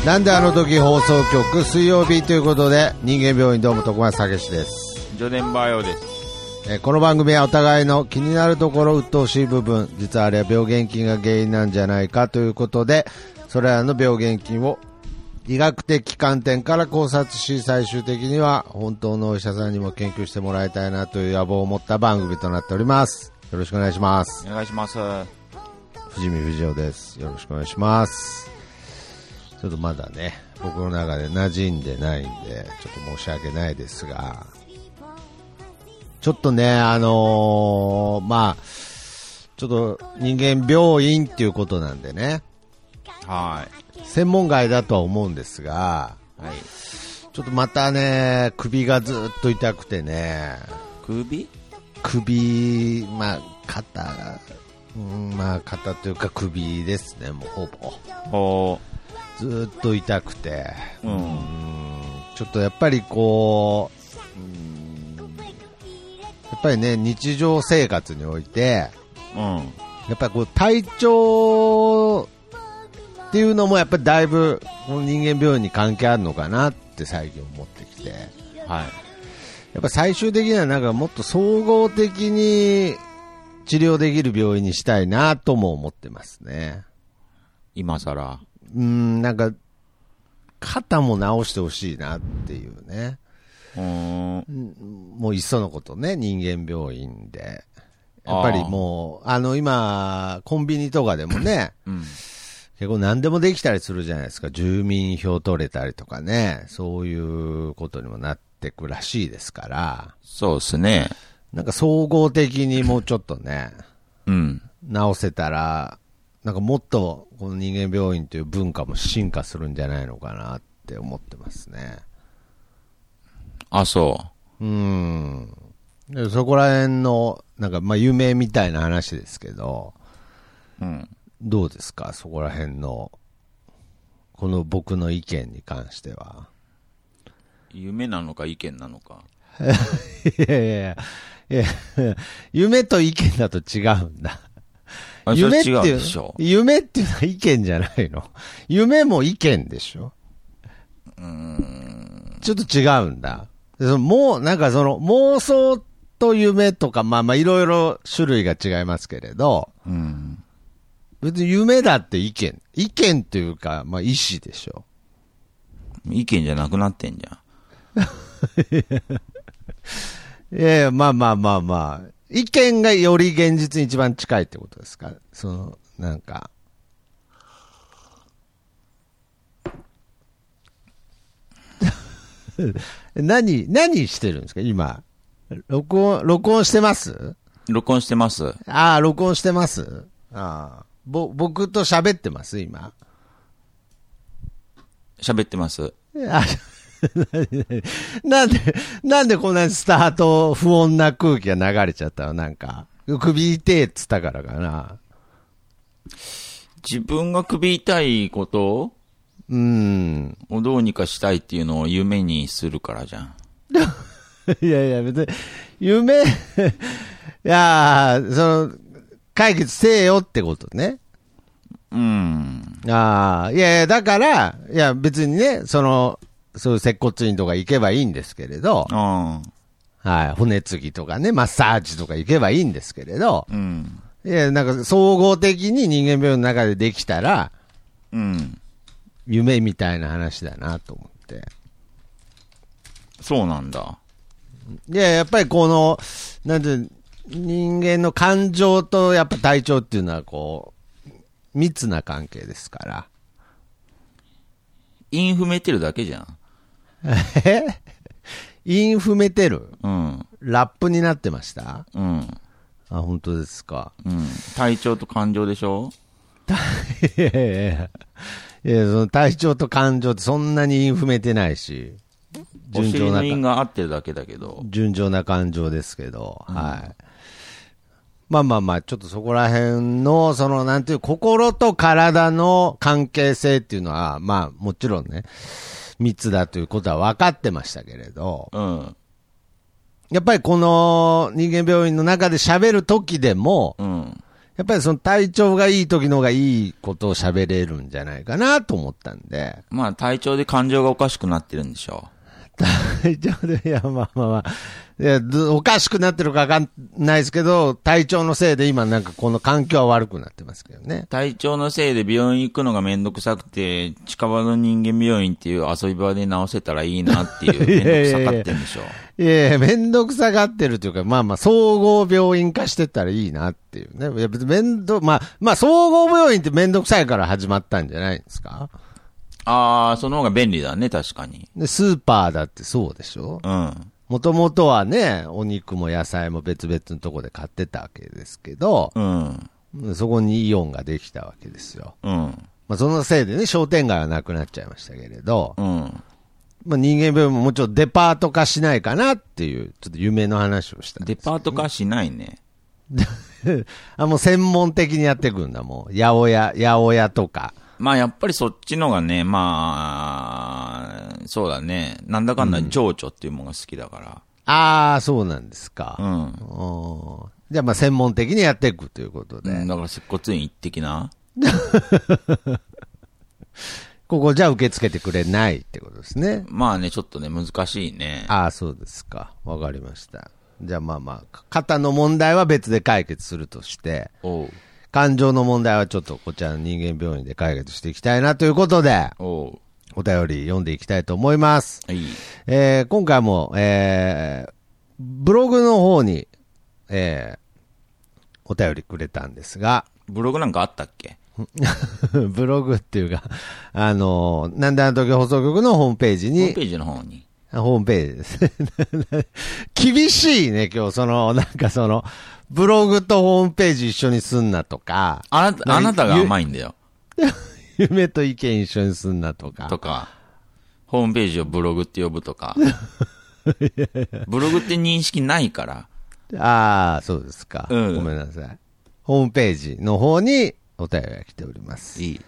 なんであの時放送局水曜日ということで、人間病院どうも徳松武史です。 ジョデンバーヨです。 この番組はお互いの気になるところ、鬱陶しい部分、実はあれは病原菌が原因なんじゃないかということで、それらの病原菌を医学的観点から考察し、最終的には本当のお医者さんにも研究してもらいたいなという野望を持った番組となっております。よろしくお願いします。 お願いします。 藤見藤夫です。よろしくお願いします。ちょっとまだね、僕の中で馴染んでないんで、ちょっと申し訳ないですが、ちょっとね、ちょっと人間病院っていうことなんでね、 はい。 専門外だとは思うんですが、 はい。 ちょっとまたね、首がずっと痛くてね、 首、 肩、肩というか首ですね、もうほぼ。 おずっと痛くて、 うんちょっとやっぱりこう、やっぱりね、日常生活において、やっぱりこう体調っていうのもやっぱりだいぶこの人間病院に関係あるのかなって最近思ってきて、 はい。 やっぱ最終的にはなんかもっと総合的に治療できる病院にしたいなとも思ってますね。 今更。 なんか肩も治してほしいなっていうね。もういっそのことね、人間病院でやっぱりもう今コンビニとかでもね、結構何でもできたりするじゃないですか。住民票取れたりとかね、そういうことにもなってくらしいですから。 そうですね。 なんか総合的にもうちょっとね、治せたらなんかもっとこの人間病院という文化も進化するんじゃないのかなって思ってますね。 あ、そう。 でそこら辺のなんか夢みたいな話ですけど、どうですか、そこら辺のこの僕の意見に関しては。 夢なのか意見なのか。 いや夢と意見だと違うんだ。夢っていう、夢っていうのは意見じゃないの。夢も意見でしょ。ちょっと違うんだ。もうなんかその妄想と夢とかいろいろ種類が違いますけれど、別に夢だって意見っていうか意思でしょ。 意見じゃなくなってんじゃん。 いや意見がより現実に一番近いってことですか。なんか何してるんですか今。録音してます？ 録音してます。 録音してます。僕と喋ってます今。 喋ってます。 なんでこんなにスタート不穏な空気が流れちゃったの。なんか首痛えっつったからかな。 自分が首痛いことをどうにかしたいっていうのを夢にするからじゃん。 いや別に夢解決せえよってことね。いやだから別にね、そういう接骨院とか行けばいいんですけれど、骨継ぎとかね、マッサージとか行けばいいんですけれど、なんか総合的に人間病院の中でできたら、夢みたいな話だなと思って。 そうなんだ。 やっぱりなんて人間の感情とやっぱ体調っていうのは密な関係ですから。 インフメてるだけじゃん。 インフメてる？ラップになってました？本当ですか。 体調と感情でしょ？ いやその体調と感情ってそんなにインフメてないし、 順調な因が合ってるだけだけど、 順調な感情ですけど、ちょっとそこら辺のなんていう心と体の関係性っていうのはもちろんね密だということは分かってましたけれど、やっぱりこの人間病院の中で喋る時でも、 やっぱりその体調がいい時の方がいいことを喋れるんじゃないかなと思ったんで。 まあ体調で感情がおかしくなってるんでしょう。体調で、いや、まあまあまあ。いや、おかしくなってるかわかんないですけど、体調のせいで今なんかこの環境は悪くなってますけどね。 体調のせいで病院行くのがめんどくさくて、近場の人間病院っていう遊び場で治せたらいいなっていうめんどくさがってんでしょ。 いやいや、めんどくさがってるというか、まあまあ、総合病院化してったらいいなっていうね。いや別にまあ、総合病院ってめんどくさいから始まったんじゃないんですか？ ああ、その方が便利だね、確かに。 で、スーパーだってそうでしょ？ うん。 もともとはね、お肉も野菜も別々のとこで買ってたわけですけど、 うん。 そこにイオンができたわけですよ。 うん。 まあ、そのせいでね、商店街はなくなっちゃいましたけれど、 うん。 まあ、人間病院ももうちょっとデパート化しないかなっていう、ちょっと夢の話をしたんです、 デパート化しないね。 もう専門的にやっていくんだ、もう。八百屋とか。 まあやっぱりそっちのがね、まあ、そうだね。なんだかんだ情緒っていうものが好きだから。 ああ、そうなんですか。 うん。 じゃあまあ専門的にやっていくということで。 だから接骨院一的な。 ここじゃ受け付けてくれないってことですね。 まあね、ちょっとね、難しいね。 ああ、そうですか。わかりました。じゃあまあまあ、肩の問題は別で解決するとして、感情の問題はちょっとこちらの人間病院で解決していきたいなということで、お便り読んでいきたいと思います。 はい。 今回も、ブログの方に、お便りくれたんですが、 ブログなんかあったっけ？ ブログっていうか、なんであの時放送局のホームページに。 ホームページの方に。 ホームページです。厳しいね、今日、なんかブログとホームページ一緒にすんなとか。 あなたが甘いんだよ。 夢と意見一緒にすんなとか。 ホームページをブログって呼ぶとか。ブログって認識ないから。 ああ、そうですか。ごめんなさい。ホームページの方にお便りが来ております。 いい。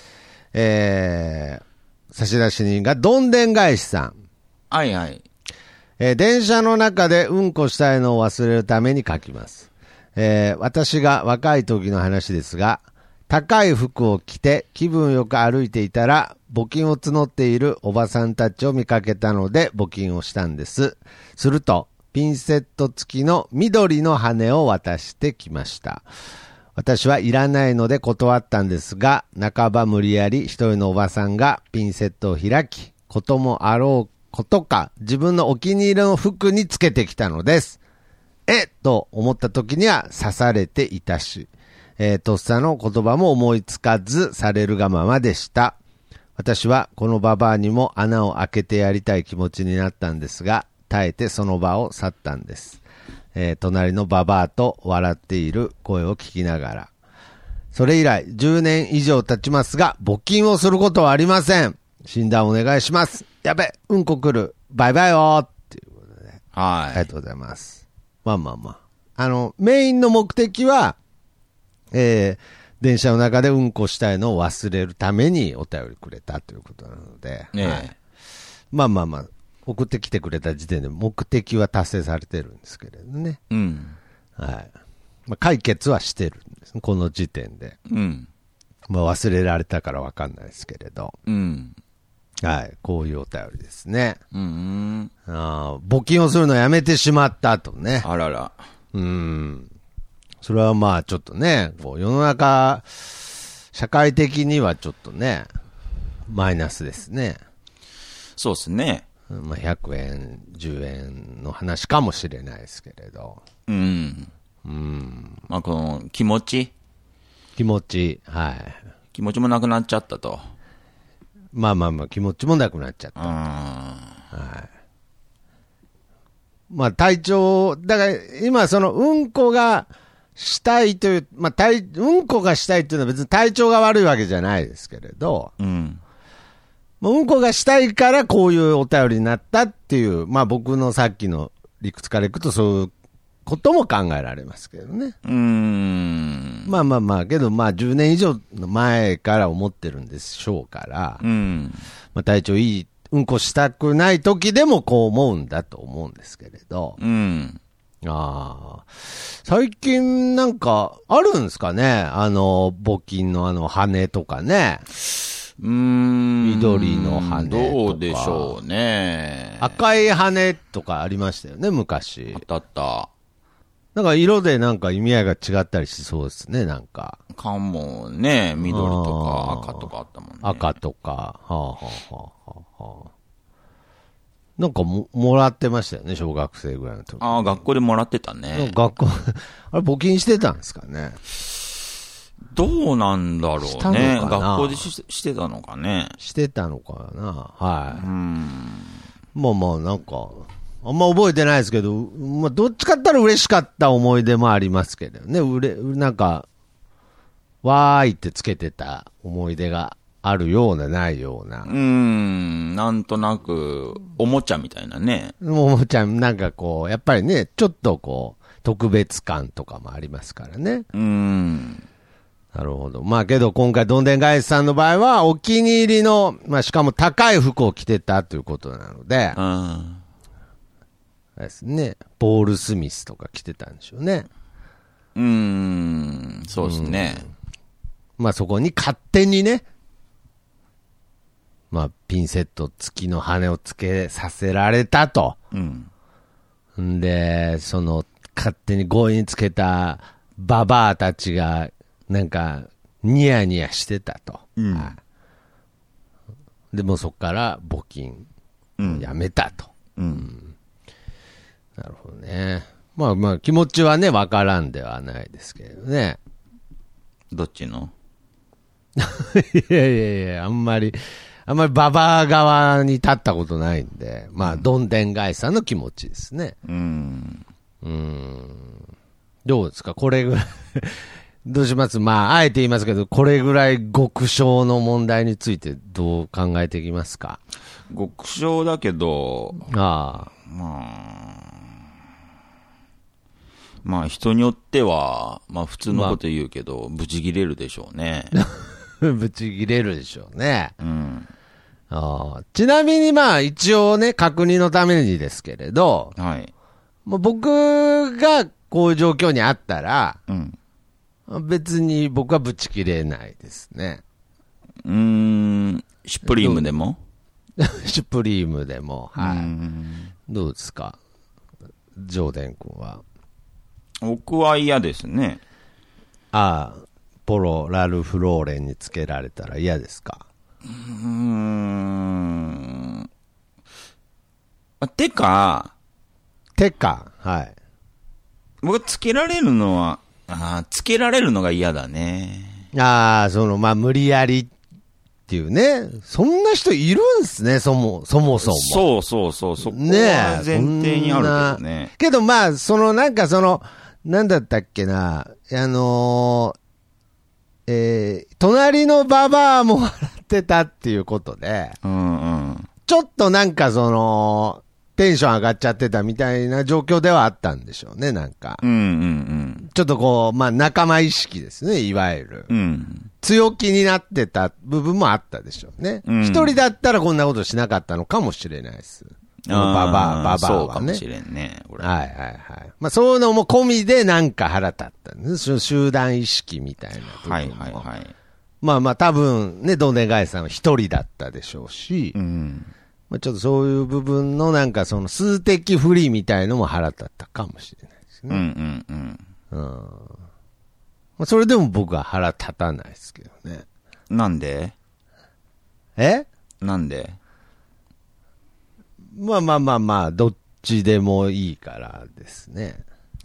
差出人がどんでん返しさん。 はいはい。 電車の中でうんこしたいのを忘れるために書きます。私が若い時の話ですが、高い服を着て気分よく歩いていたら、募金を募っているおばさんたちを見かけたので募金をしたんです。すると、ピンセット付きの緑の羽を渡してきました。私はいらないので断ったんですが、半ば無理やり一人のおばさんがピンセットを開き、こともあろうことか自分のお気に入りの服につけてきたのです。と思った時には刺されていたし、とっさの言葉も思いつかずされるがままでした。私はこのババアにも穴を開けてやりたい気持ちになったんですが、耐えてその場を去ったんです。隣のババアと笑っている声を聞きながら。それ以来10年以上経ちますが、募金をすることはありません。診断お願いします。やべ、うんこ来る。バイバイよーっていうことで。 はい。 ありがとうございます。まあまあまあ。メインの目的は、電車の中でうんこしたいのを忘れるためにお便りくれたということなので。はい。まあまあまあ、送ってきてくれた時点で目的は達成されてるんですけれどね。 うん。 はい。まあ、解決はしてるんです。この時点で。 うん。 まあ忘れられたからわかんないですけれど。 うん。 はい。こういうお便りですね。 募金をするのやめてしまったとね。 あらら。 それはまあちょっとね、こう世の中、社会的にはちょっとね、マイナスですね。 そうですね。 まあ100円、10円の話かもしれないですけれど。 まあこの気持ち、 はい。 気持ちもなくなっちゃったと。 まあまあまあ気持ちもなくなっちゃった。はい。まあ体調、だから今うんこがしたいという、まあうんこがしたいというのは別に体調が悪いわけじゃないですけれど、うんこがしたいからこういうお便りになったっていう、まあ僕のさっきの理屈からいくとそういうことも考えられますけどね。まあまあまあ、けどまあ10年以上前から思ってるんでしょうから、まあ体調いい、うんこしたくない時でもこう思うんだと思うんですけれど、 最近なんかあるんですかね、募金の羽とかね。緑の羽とか。 どうでしょうね。 赤い羽とかありましたよね、昔。 あった。 なんか色でなんか意味合いが違ったりしそうですね、なんか。 かもね、緑とか赤とかあったもんね。 赤とか。なんかもらってましたよね、小学生ぐらいの時。 学校でもらってたね。 学校、あれ募金してたんですかね。 どうなんだろうね。学校でしてたのかね。 してたのかな。はい。まあなんか、あんま覚えてないですけど、まあどっちかったら嬉しかった思い出もありますけどね。なんか、わーいってつけてた思い出があるような、ないような。 なんとなく、おもちゃみたいなね。 おもちゃ、なんかこう、やっぱりね、ちょっとこう、特別感とかもありますからね。なるほど。まあけど今回どんでん返しさんの場合は、お気に入りの、まあしかも高い服を着てたということなので、ですね、ポール・スミスとか着てたんでしょうね。 そうですね。 まあそこに勝手にね、まあピンセット付きの羽をつけさせられたと。んで、その勝手に強引につけたババアたちが、なんか、ニヤニヤしてたと。でもそこから募金、やめたと。なるほどね。まあ気持ちはね、わからんではないですけどね。 どっちのいや、あんまりババア側に立ったことないんで、まあ、どんでん返しさんの気持ちですね。どうですかこれぐらい。どうしますまあ、あえて言いますけど、これぐらい極小の問題についてどう考えていきますか？ 極小だけど、まあ人によっては、まあ普通のこと言うけど、ブチギレるでしょうね。 ブチギレるでしょうね。ちなみにまあ一応ね、確認のためにですけれど、僕がこういう状況にあったら、別に僕はブチ切れないですね。 シュプリームでもシュプリームでも、はい。どうですかジョーデン君は。 僕は嫌ですね。 ポロ、ラルフ・ローレンにつけられたら嫌ですか？ てか、 はい。 僕つけられるのは、つけられるのが嫌だね。 無理やりっていうね。そんな人いるんすね、そもそも。そう。 そこは前提にあるけどね。 けどまあ、なんだったっけな、隣のババアも笑ってたっていうことで、ちょっとなんかテンション上がっちゃってたみたいな状況ではあったんでしょうね、なんか。ちょっとこう、まあ仲間意識ですね、いわゆる。強気になってた部分もあったでしょうね。一人だったらこんなことしなかったのかもしれないです。ババアはね。 そうかもしれんね。 はい。まあそういうのも込みでなんか腹立ったんです。集団意識みたいな部分も。まあ多分ね、どんでん返しさんは一人だったでしょうし、まあ、ちょっとそういう部分のなんか数的不利みたいのも腹立ったかもしれないですね。まあ、それでも僕は腹立たないですけどね。 なんで？なんで？ まあ、どっちでもいいからですね。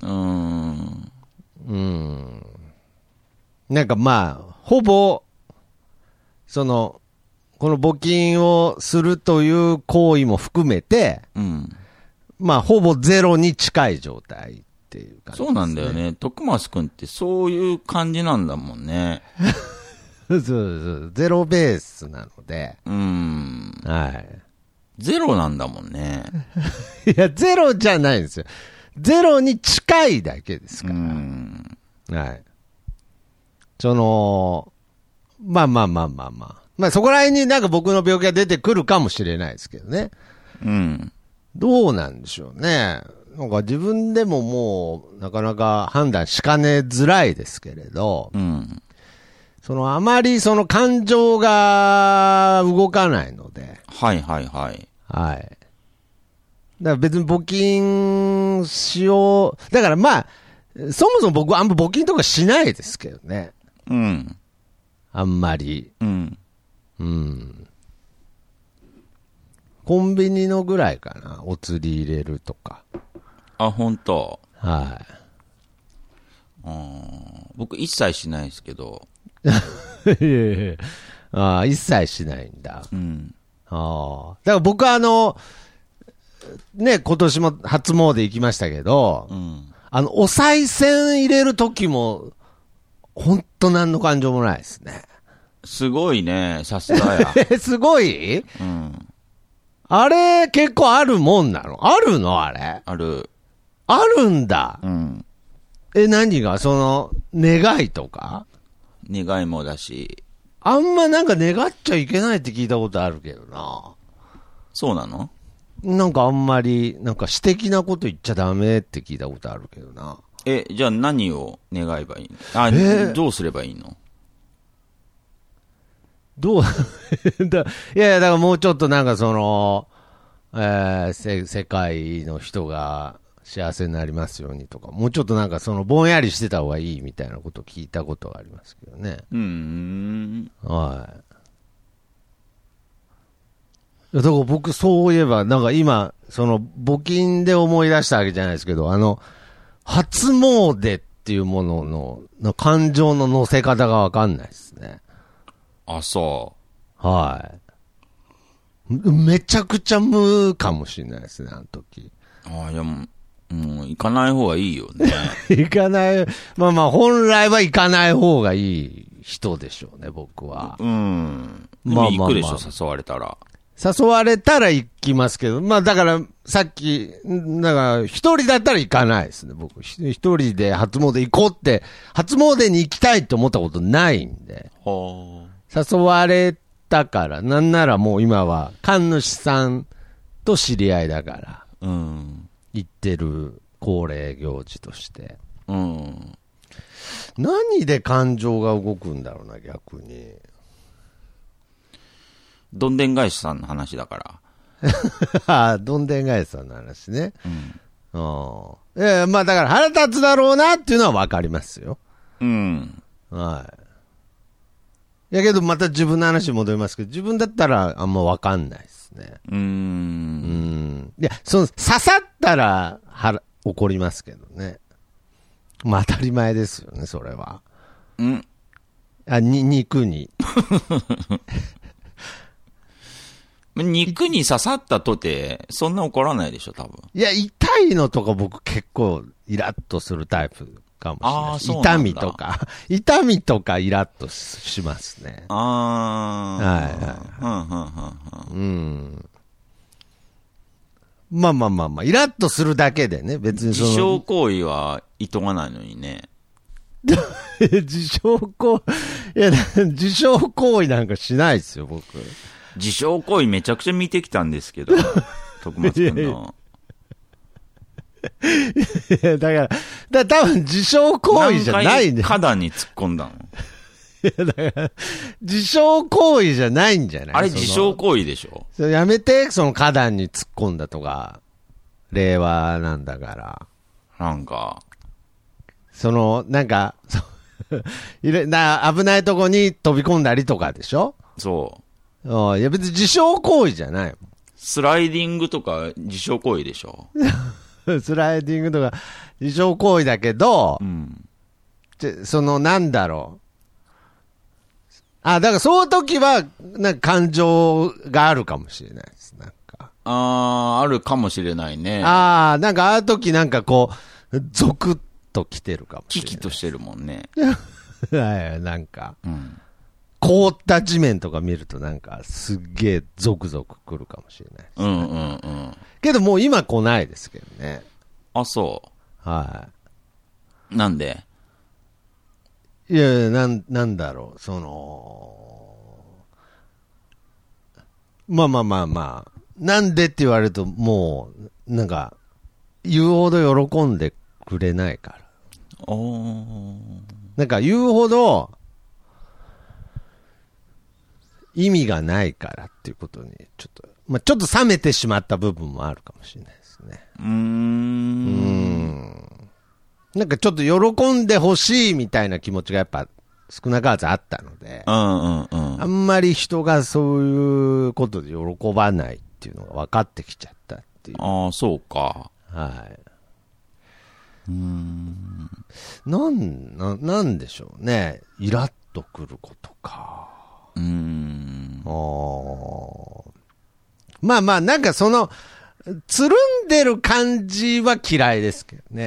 なんかまあ、ほぼ、この募金をするという行為も含めて、まあ、ほぼゼロに近い状態っていう感じですね。 そうなんだよね。徳松くんってそういう感じなんだもんね。 そう、ゼロベースなので。はい。 ゼロなんだもんね。 いや、ゼロじゃないんですよ。ゼロに近いだけですから。はい。まあそこら辺になんか僕の病気が出てくるかもしれないですけどね。どうなんでしょうね。 なんか自分でももうなかなか判断しかねづらいですけれど、 うん。 あまりその感情が動かないので。 はいはいはい。 はい。だから別に募金しよう。だからまあ、そもそも僕はあんま募金とかしないですけどね。 うん。 あんまり。 うん。 うん。コンビニのぐらいかな。お釣り入れるとか。 あ、本当。 はい。 僕一切しないですけど。 ああ、一切しないんだ。 うん。 ああ。だから僕はね、今年も初詣行きましたけど、 うん。 お賽銭入れる時も、ほんと何の感情もないですね。 すごいね、さすがや。 すごい？ うん。 あれ、結構あるもんなの？あるのあれ？ ある。 あるんだ。 うん。 何が願いとか？ 願いもだし。 あんまなんか願っちゃいけないって聞いたことあるけどな。 そうなの？ なんかあんまり、なんか私的なこと言っちゃダメって聞いたことあるけどな。 じゃあ何を願えばいいの？どうすればいいの？ どういやいや、だからもうちょっとなんか世界の人が幸せになりますようにとか、もうちょっとなんかぼんやりしてた方がいいみたいなことを聞いたことがありますけどね。はい。だから僕そういえば、なんか今、募金で思い出したわけじゃないですけど、初詣っていうものの感情の乗せ方がわかんないですね。 あ、そう。はい。めちゃくちゃ無かもしれないですね、あの時。 いや、もう行かない方がいいよね。 行かない、まあまあ、本来は行かない方がいい人でしょうね、僕は。 まあまあ、行くでしょ、誘われたら。 誘われたら行きますけど、まあだから、さっき、だから一人だったら行かないですね、僕。一人で初詣行こうって、初詣に行きたいと思ったことないんで。誘われたから、なんならもう今は神主さんと知り合いだから、行ってる恒例行事として。何で感情が動くんだろうな、逆に。 どんでん返しさんの話だから。どんでん返しさんの話ね。まあだから腹立つだろうなっていうのはわかりますよ。はい。やけどまた自分の話に戻りますけど、自分だったらあんまわかんないですね。いや、刺さったら怒りますけどね。まあ当たり前ですよね、それは。肉に。 肉に刺さったとて、そんな怒らないでしょ、多分。 いや、痛いのとか僕結構イラッとするタイプかもしれない。痛みとかイラッとしますね。まあまあまあまあ、イラッとするだけでね、別に自傷行為はいとがないのにね。 自傷行為なんかしないですよ、僕。 自傷行為めちゃくちゃ見てきたんですけど、徳松君の。 だから多分自傷行為じゃないんだよ。 花壇に突っ込んだの。 だから、自傷行為じゃないんじゃない？ あれ自傷行為でしょ？ やめて、花壇に突っ込んだとか、令和なんだから。 なんか、 なんか、危ないとこに飛び込んだりとかでしょ？ そう。 いや別に自傷行為じゃないもん。 スライディングとか自傷行為でしょ？ スライディングとか自傷行為だけど、なんだろう。だからその時は、なんか感情があるかもしれないです。なんか。 あるかもしれないね。 なんかあの時なんかこう、ゾクッと来てるかもしれない。 キキとしてるもんね。 はい、なんか。凍った地面とか見るとなんかすっげえゾクゾク来るかもしれないですね。けどもう今来ないですけどね。 あ、そう。 はい。 なんで？ いやいや、なんだろう、まあまあまあまあ、なんでって言われるともう、なんか、 言うほど喜んでくれないから。なんか言うほど意味がないからっていうことにちょっと、まあ、ちょっと冷めてしまった部分もあるかもしれないですね。なんかちょっと喜んでほしいみたいな気持ちがやっぱ少なからずあったので、あんまり人がそういうことで喜ばないっていうのが分かってきちゃったっていう。 ああ、そうか。 はい。なんでしょうね。イラッとくることか。まあまあ、なんかその、つるんでる感じは嫌いですけどね。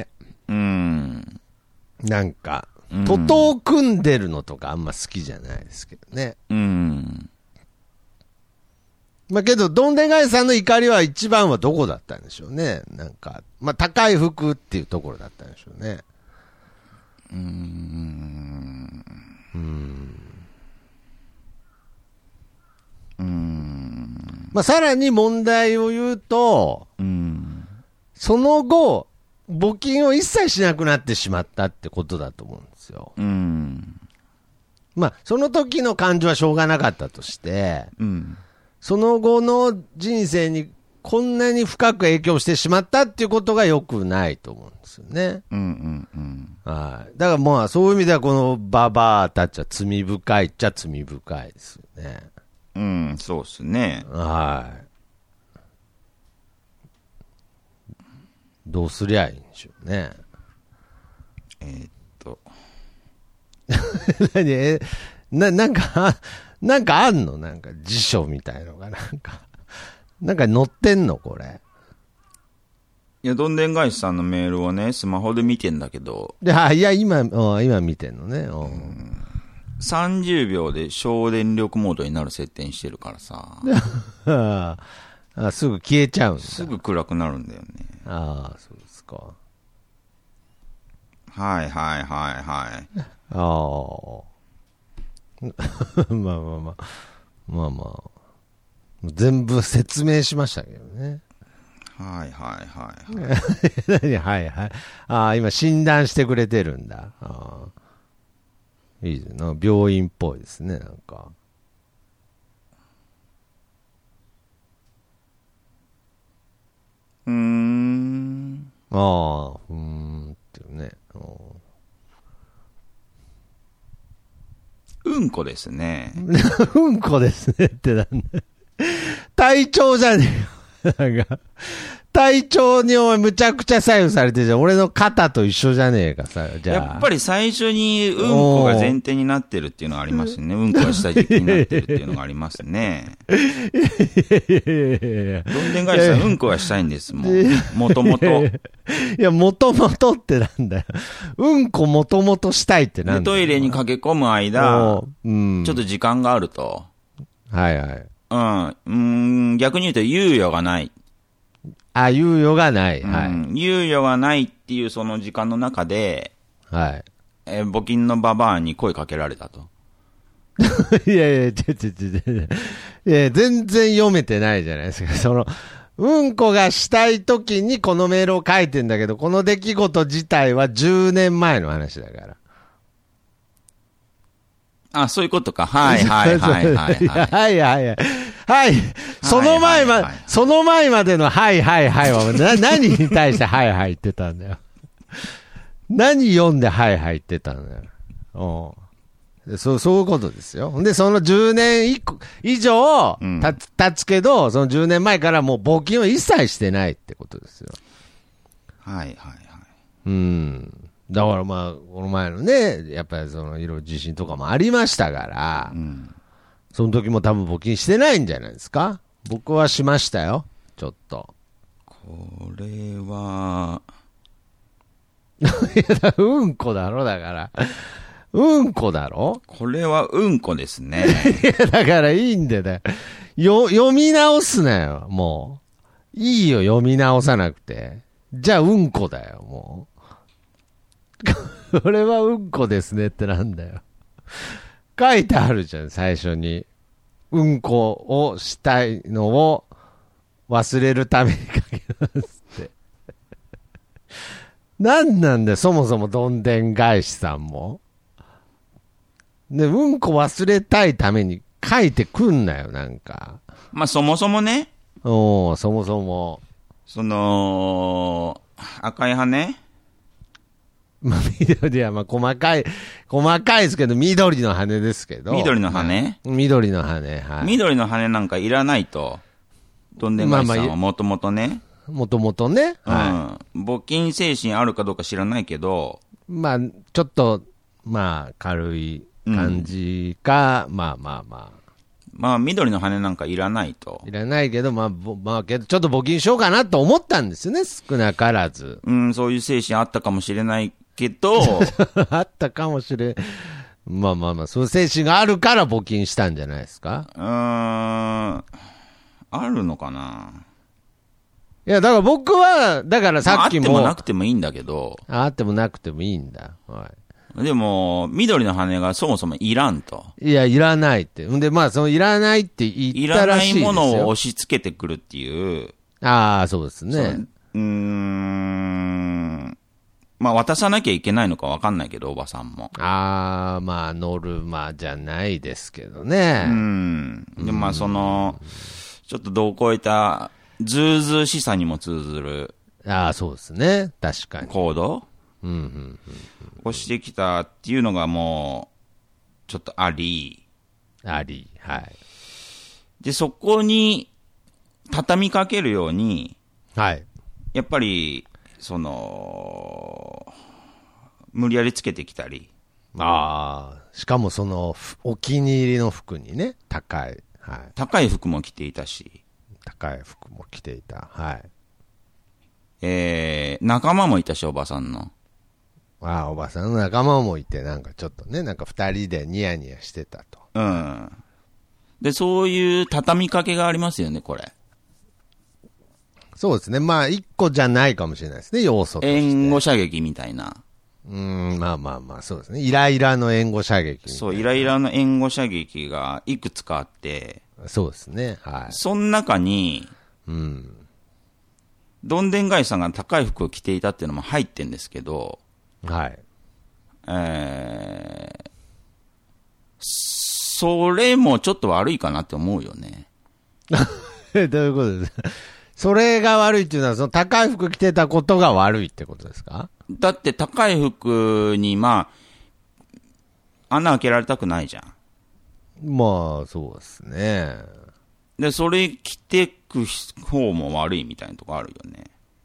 なんか、徒党を組んでるのとかあんま好きじゃないですけどね。まあけど、どんでん返しさんの怒りは一番はどこだったんでしょうね。なんか、まあ高い服っていうところだったんでしょうね。まあさらに問題を言うと、その後、募金を一切しなくなってしまったってことだと思うんですよ。まあその時の感情はしょうがなかったとして、その後の人生にこんなに深く影響してしまったっていうことが良くないと思うんですよね。はい。だからまあそういう意味ではこのババアたちは罪深いっちゃ罪深いですよね。 そうですね。 はい。どうすりゃいいんでしょうね。なんかあんのなんか辞書みたいのがなんか載ってんのこれ。 いや、どんでん返しさんのメールをね、スマホで見てんだけど。 いや、今見てんのね。 30秒で省電力モードになる設定にしてるからさ。 すぐ消えちゃうんだ。 すぐ暗くなるんだよね。 ああ、そうですか。 はい。 まあ。全部説明しましたけどね。 はい。 はい。ああ、今診断してくれてるんだ。いいですね。病院っぽいですね、なんか。っていうね。 うんこですね。 うんこですねってなんだ。体調じゃねえよ。なんか、体調にむちゃくちゃ左右されてるじゃん。俺の肩と一緒じゃねえかさ。じゃあ。 やっぱり最初にうんこが前提になってるっていうのがありますね。うんこがした時期になってるっていうのがありますね。どんでん返しさん、うんこがしたいんですもん。もともと。 いや、もともとってなんだよ。うんこもともとしたいってなんだよ。 トイレに駆け込む間、ちょっと時間があると。 はいはい。 逆に言うと猶予がない。 猶予がない。はい。 猶予がないっていうその時間の中で、 はい。 募金のババアに声かけられたと。 いや、全然読めてないじゃないですか。うんこがしたい時にこのメールを書いてんだけど、この出来事自体は10年前の話だから。 あ、そういうことか。はい。 はい。その前までのはいは、何に対してはい言ってたんだよ。何読んではい言ってたんだよ。そういうことですよ。で、その10年以上経つけど、その10年前からもう募金を一切してないってことですよ。 はい。 だからまあ、この前のね、やっぱりいろいろ地震とかもありましたから、その時も多分募金してないんじゃないですか。僕はしましたよ、ちょっと。 これは、 いや、うんこだろ、だから。うんこだろ？ これはうんこですね。 いや、だからいいんだよ。読み直すなよ、もう。いいよ、読み直さなくて。じゃあ、うんこだよ、もう。これはうんこですねってなんだよ。書いてあるじゃん、最初に。うんこをしたいのを忘れるために書きますって。 なんなんだよ、そもそもどんでん返しさんも。で、うんこ忘れたいために書いてくんなよ、なんか。 まあそもそもね。 そもそも。 赤い羽ね。 まあ緑は、まあ細かいですけど、緑の羽ですけど。 緑の羽、 緑の羽、はい。 緑の羽なんかいらないと。どんでん返しさんはもともとね。 もともとね。 はい。募金精神あるかどうか知らないけど。 まあ、ちょっと、まあ、軽い感じか、まあ、 緑の羽なんかいらないと。 いらないけど、まあ、けど、ちょっと募金しようかなと思ったんですよね、少なからず。 そういう精神あったかもしれないけど。 あったかもしれん。まあ、そういう精神があるから募金したんじゃないですか。 あるのかな。 いや、だから僕は、だからさっきも。 あってもなくてもいいんだけど。 あってもなくてもいいんだ。はい。 でも、緑の羽がそもそもいらんと。 いや、いらないって。んで、まあ、そのいらないって言ったらしいですよ。いらないものを押し付けてくるっていう。 ああ、そうですね。 まあ、渡さなきゃいけないのかわかんないけど、おばさんも。 まあ、ノルマじゃないですけどね。 で、まあ、ちょっと度を超えた、ずうずうしさにも通ずる。 そうですね。確かに。 行動をしてきたっていうのがもう、ちょっとあり。 はい。 で、そこに、畳みかけるように、 はい。 やっぱり、無理やりつけてきたり。 しかもお気に入りの服にね、高い。はい。 高い服も着ていたし。 高い服も着ていた。はい。 仲間もいたし、おばさんの。 おばさんの仲間もいて、なんかちょっとね、なんか二人でニヤニヤしてたと。 で、そういう畳みかけがありますよね、これ。 そうですね。まあ、一個じゃないかもしれないですね、要素として。 援護射撃みたいな。 まあ、そうですね。イライラの援護射撃。 そう、イライラの援護射撃がいくつかあって。 そうですね。はい。 その中に、どんでん返しさんが高い服を着ていたっていうのも入ってんですけど、 はい。 それもちょっと悪いかなって思うよね。 どういうことですか？それが悪いっていうのは、その高い服着てたことが悪いってことですか？ だって高い服に、まあ、穴開けられたくないじゃん。 まあ、そうですね。 で、それ着てく方も悪いみたいなとこあるよね。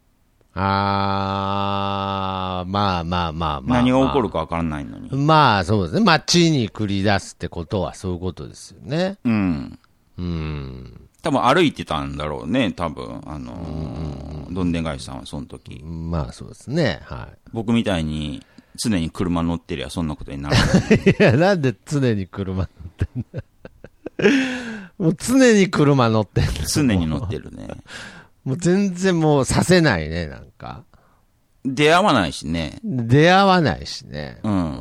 まあ。何が起こるか分からないのに。 まあ、そうですね。街に繰り出すってことはそういうことですよね。 多分歩いてたんだろうね、多分。どんでん返しさんはその時。 まあ、そうですね。はい。 僕みたいに常に車乗ってりゃそんなことにならない。 いや、なんで常に車乗ってんだもう常に車乗ってんだ。 常に乗ってるね。 もう全然もうさせないね、なんか。 出会わないしね。 出会わないしね。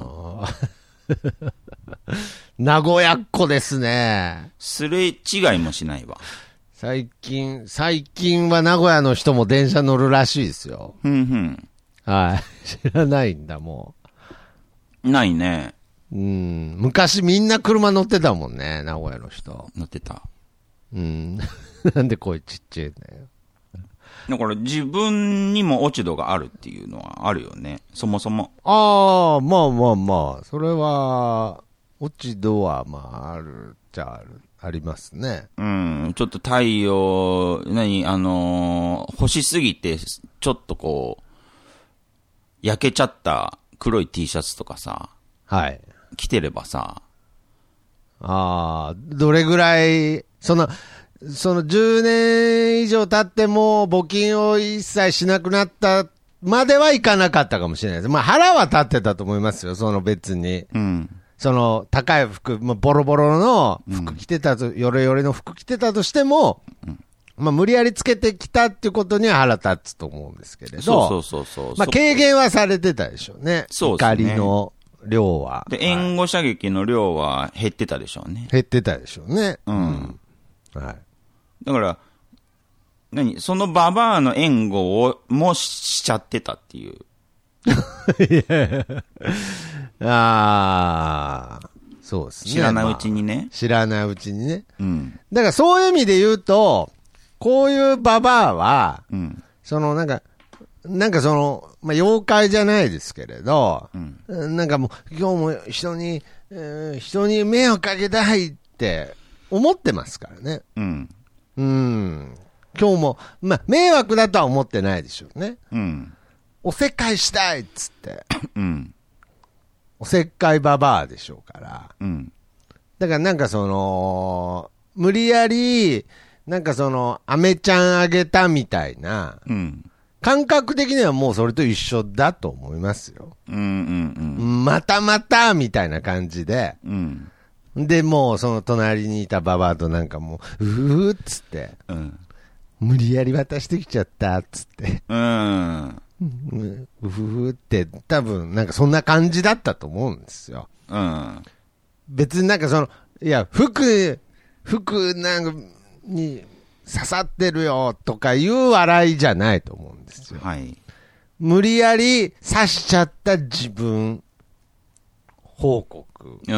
名古屋っ子ですね。 すれ違いもしないわ。 最近は名古屋の人も電車乗るらしいですよ。はい。知らないんだ、もう。ないね。 昔みんな車乗ってたもんね、名古屋の人。 乗ってた。 なんで声ちっちゃいんだよ。 だから自分にも落ち度があるっていうのはあるよね。そもそも。 まあ。それは、落ち度はあるっちゃありますね。 ちょっと太陽、干しすぎて、ちょっとこう、焼けちゃった黒い T シャツとかさ。 はい。 着てればさ。 どれぐらい、その10年以上経っても募金を一切しなくなったまではいかなかったかもしれないです。まあ腹は立ってたと思いますよ、別に。高い服、ボロボロの服着てたと、ヨレヨレの服着てたとしても、無理やりつけてきたっていうことには腹立つと思うんですけれど。 そう。 軽減はされてたでしょうね。 そうですね。 怒りの量は。 で、援護射撃の量は減ってたでしょうね。 減ってたでしょうね。 はい。だから、そのババアの援護をもしちゃってたっていう。 ああ、そうですね。 知らないうちにね。 知らないうちにね。 うん。 だからそういう意味で言うと、こういうババアは、 うん。 そのなんかその、まあ、妖怪じゃないですけれど、 うん。 なんかもう、今日も人に迷惑かけたいって思ってますからね。 うん。 今日も、まあ、迷惑だとは思ってないでしょうね。 うん。 おせっかいしたいっつって。 うん。 おせっかいババアでしょうから。 うん。 だからなんかその、無理やり、なんかその、アメちゃんあげたみたいな、 うん。 感覚的にはもうそれと一緒だと思いますよ。 うん。 またまたみたいな感じで。 うん。 で、もうその隣にいたババアとなんかもう、っつって、 うん。 無理やり渡してきちゃったっつって。 うん。 って多分なんかそんな感じだったと思うんですよ。 うん。 別になんかその、いや、服なんかに刺さってるよとかいう笑いじゃないと思うんですよ。 はい。 無理やり刺しちゃった自分報告。 うん。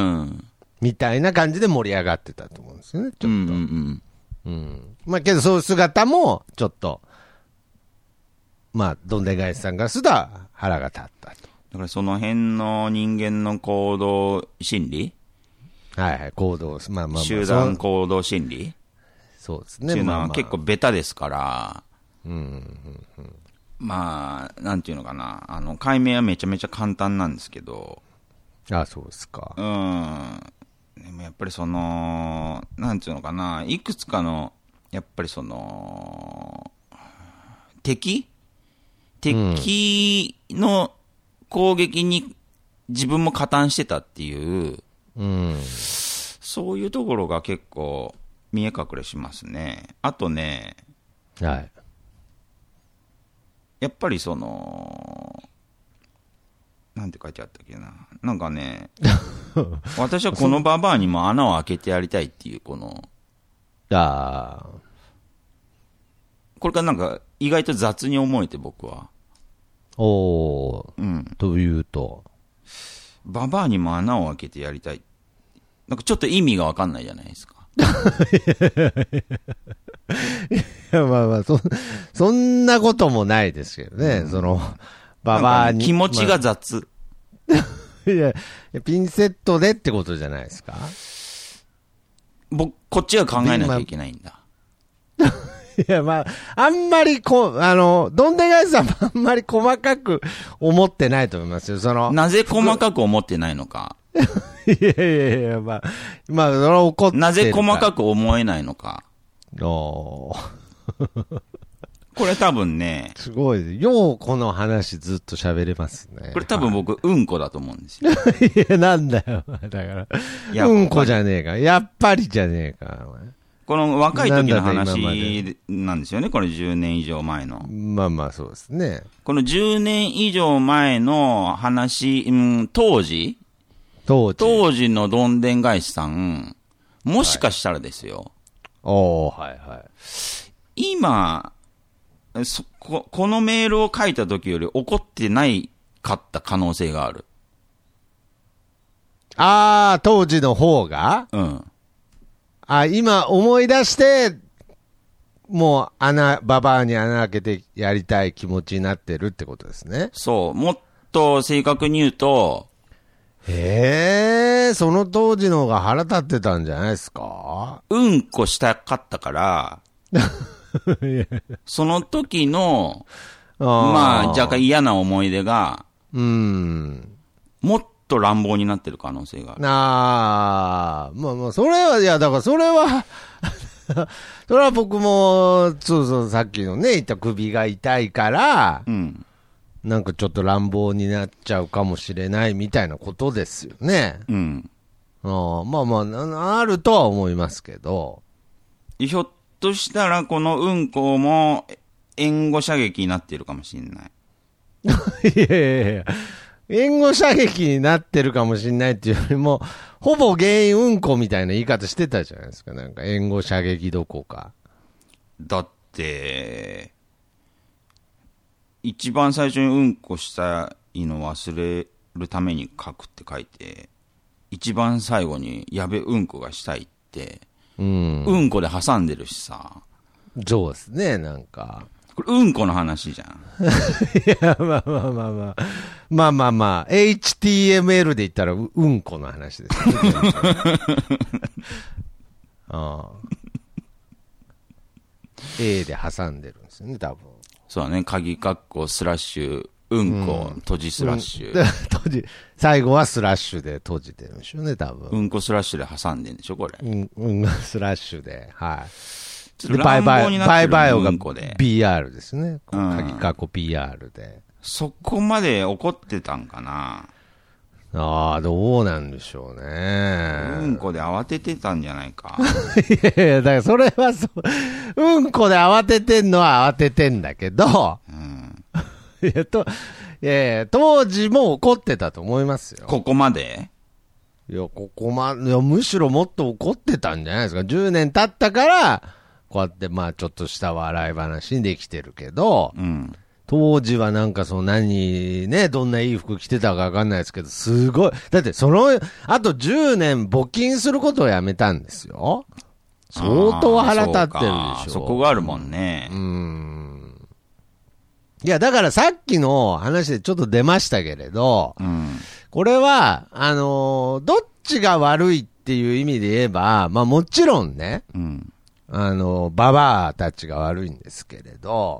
みたいな感じで盛り上がってたと思うんですよね、ちょっと。まあけどそういう姿も、ちょっと、まあ、どんでん返しさんからすると腹が立ったと。 だからその辺の人間の行動心理、 はいはい、行動、まあ、 集団行動心理そうですね。 っていうのは結構ベタですから、 うんまあ、なんていうのかな、解明はめちゃめちゃ簡単なんですけど、 あ、そうですか。 でもやっぱりその、なんていうのかな、いくつかの、やっぱりその、敵の攻撃に自分も加担してたっていう、そういうところが結構見え隠れしますね。あとね、 はい。 やっぱりその、なんて書いてあったっけな。なんかね、私はこのババアにも穴を開けてやりたいっていう、この、これがなんか意外と雑に思えて僕は。 というと。 ババアにも穴を開けてやりたい。なんかちょっと意味がわかんないじゃないですか。 いや、まあまあ、そんなこともないですけどね、その、ババアに。 気持ちが雑。 いや、ピンセットでってことじゃないですか。 こっちが考えなきゃいけないんだ。 いや、まあ、あんまりどんでん返しさんもあんまり細かく思ってないと思いますよ、その。 なぜ細かく思ってないのか。 いや、まあ、それは怒ってるか。 なぜ細かく思えないのか。 これ多分ね。 すごい。ようこの話ずっと喋れますね。 これ多分僕、うんこだと思うんですよ。 いや、なんだよ。だから。うんこじゃねえか。やっぱりじゃねえか。 この若い時の話なんですよね。これ10年以上前の。 まあまあそうですね。 この10年以上前の話、当時のどんでん返しさん、もしかしたらですよ。 はいはい。 今、このメールを書いた時より怒ってないかった可能性がある。 当時の方が？ うん。 今思い出して、もうババアに穴開けてやりたい気持ちになってるってことですね。 そう。もっと正確に言うと、 その当時の方が腹立ってたんじゃないですか？ うんこしたかったから、その時の、まあ、若干嫌な思い出が、もっと乱暴になってる可能性がある。 まあ、それは、いや、だからそれは、それは僕も、そう、さっきのね、言った首が痛いから、なんかちょっと乱暴になっちゃうかもしれないみたいなことですよね。まあ、あるとは思いますけど。 ひょっとしたら、このうんこも、援護射撃になっているかもしれない。 いや。援護射撃になってるかもしれないっていうよりも、ほぼ原因うんこみたいな言い方してたじゃないですか。なんか援護射撃どこか。 だって、一番最初にうんこしたいの忘れるために書くって書いて、一番最後にやべうんこがしたいって、うんこで挟んでるしさ。 そうですね、なんか。 これうんこの話じゃん。 いや、まあ、HTML で言ったらうんこの話ですね。ああ。A で挟んでるんですよね、多分。 そうだね、鍵括弧スラッシュ、うんこ、閉じスラッシュ。 最後はスラッシュで閉じてるんでしょうね、多分。 うんこスラッシュで挟んでんでしょ、これ。 スラッシュで、はい。 で、バイバイオが BR ですね。鍵括弧 BR で。 そこまで怒ってたんかな。 ああ、どうなんでしょうね。 うんこで慌ててたんじゃないか。 いやいや、だからそれはそう、うんこで慌ててんのは慌ててんだけど、いや当時も怒ってたと思いますよ。 ここまで？ いや、むしろもっと怒ってたんじゃないですか。10年経ったから、こうやってまあちょっとした笑い話にできてるけど、当時はなんかどんないい服着てたかわかんないですけど、すごい。だってあと10年募金することをやめたんですよ。相当腹立ってるでしょ。 そこがあるもんね。 いや、だからさっきの話でちょっと出ましたけれど、これは、どっちが悪いっていう意味で言えば、まあもちろんね、ババアたちが悪いんですけれど、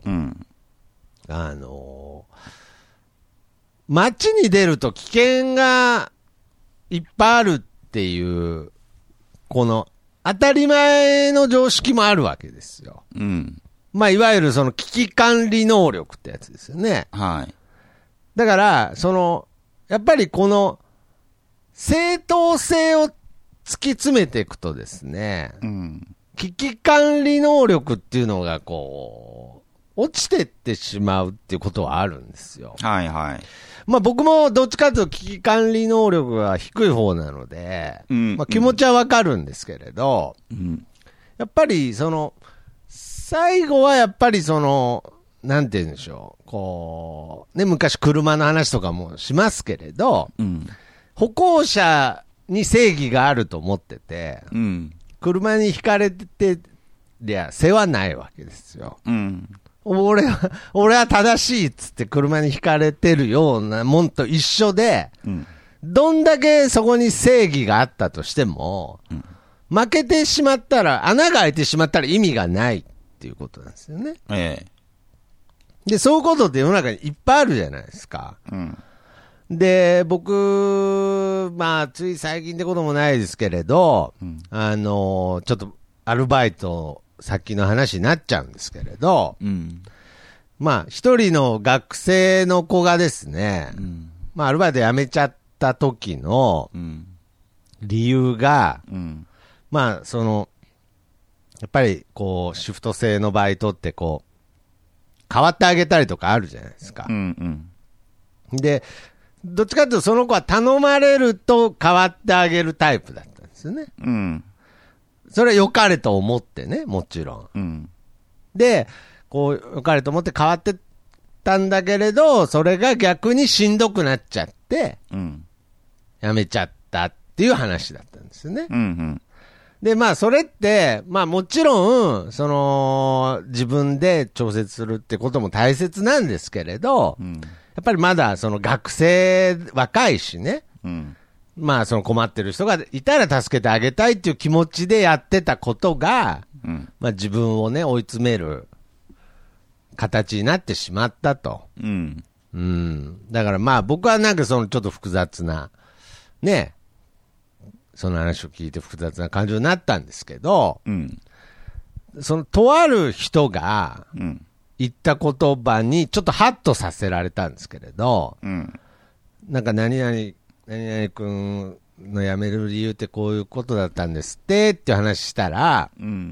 街に出ると危険がいっぱいあるっていう、この当たり前の常識もあるわけですよ。まあ、いわゆるその危機管理能力ってやつですよね。 はい。 だから、やっぱりこの正当性を突き詰めていくとですね、危機管理能力っていうのがこう、落ちてってしまうっていうことはあるんですよ。 はいはい。 まあ僕もどっちかというと危機管理能力が低い方なので、まあ気持ちはわかるんですけれど、やっぱり最後はやっぱりなんて言うんでしょう、こう、ね、昔車の話とかもしますけれど、歩行者に正義があると思ってて、車にひかれてりゃ世話ないわけですよ。俺は正しいっつって車にひかれてるようなもんと一緒で、どんだけそこに正義があったとしても、負けてしまったら、穴が開いてしまったら意味がないっていうことなんですよね。で、そういうことって世の中にいっぱいあるじゃないですか。で、僕、まあ、つい最近ってこともないですけれど、ちょっとアルバイト先の話になっちゃうんですけれど、まあ、一人の学生の子がですね、まあ、アルバイト辞めちゃった時の理由が、まあ、やっぱり、こう、シフト制のバイトって、こう、変わってあげたりとかあるじゃないですか。で、どっちかというと、その子は頼まれると変わってあげるタイプだったんですよね。それは良かれと思ってね、もちろん。で、こう、良かれと思って変わってたんだけれど、それが逆にしんどくなっちゃって、辞めちゃったっていう話だったんですよね。で、まあ、それって、まあ、もちろん、自分で調節するってことも大切なんですけれど、やっぱりまだ、学生、若いしね、まあ、困ってる人がいたら助けてあげたいっていう気持ちでやってたことが、まあ、自分をね、追い詰める形になってしまったと。だからまあ、僕はなんかちょっと複雑な、ね、その話を聞いて複雑な感情になったんですけど、とある人が言った言葉にちょっとハッとさせられたんですけれど、なんか何々君の辞める理由ってこういうことだったんですってっていう話したら、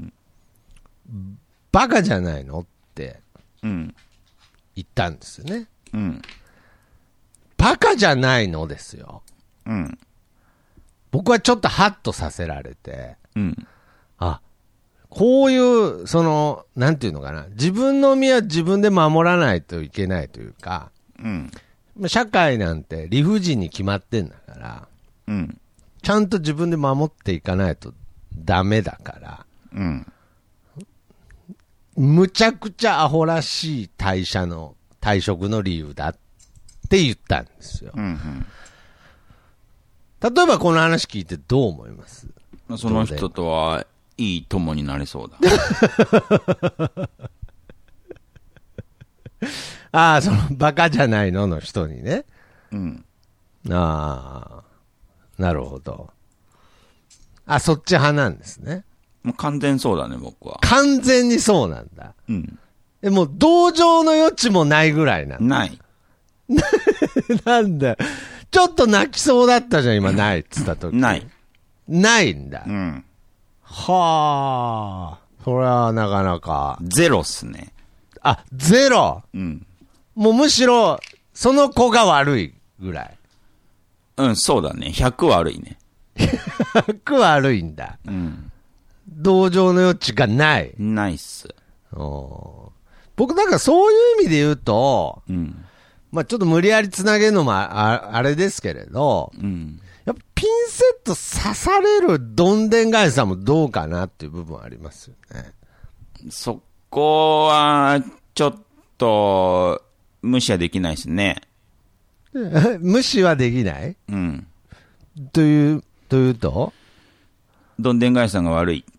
バカじゃないのって言ったんですよね。バカじゃないのですよ。僕はちょっとハッとさせられて、あ、こういう、なんていうのかな、自分の身は自分で守らないといけないというか、 社会なんて理不尽に決まってんだから、 うん。 ちゃんと自分で守っていかないとダメだから、 うん。 むちゃくちゃアホらしい退職の理由だって言ったんですよ。 うんうん。 例えばこの話聞いてどう思います？ その人とはいい友になれそうだ。 ああ、そのバカじゃないの人にね。 うん。 ああ、なるほど。あ、そっち派なんですね。 もう完全そうだね、僕は。 完全にそうなんだ。 うん。 もう同情の余地もないぐらいなんだ。 ない。 なんだ。ちょっと泣きそうだったじゃん、今ないっつった時。 ない。 ないんだ。 うん。 はあ。それはなかなか。 ゼロっすね。 あ、ゼロ。 うん。 もうむしろ、その子が悪いぐらい。 うん、そうだね。100悪いね。 100悪いんだ。 うん。 同情の余地がない。 ないっす。 僕なんかそういう意味で言うと、 うん。 まあちょっと無理やりつなげるのもあれですけれど、 うん。 やっぱピンセット刺されるどんでん返しさんもどうかなっていう部分はありますよね。 そこは、ちょっと、無視はできないですね。 無視はできない？ うん。 というとどんでん返しさんが悪い。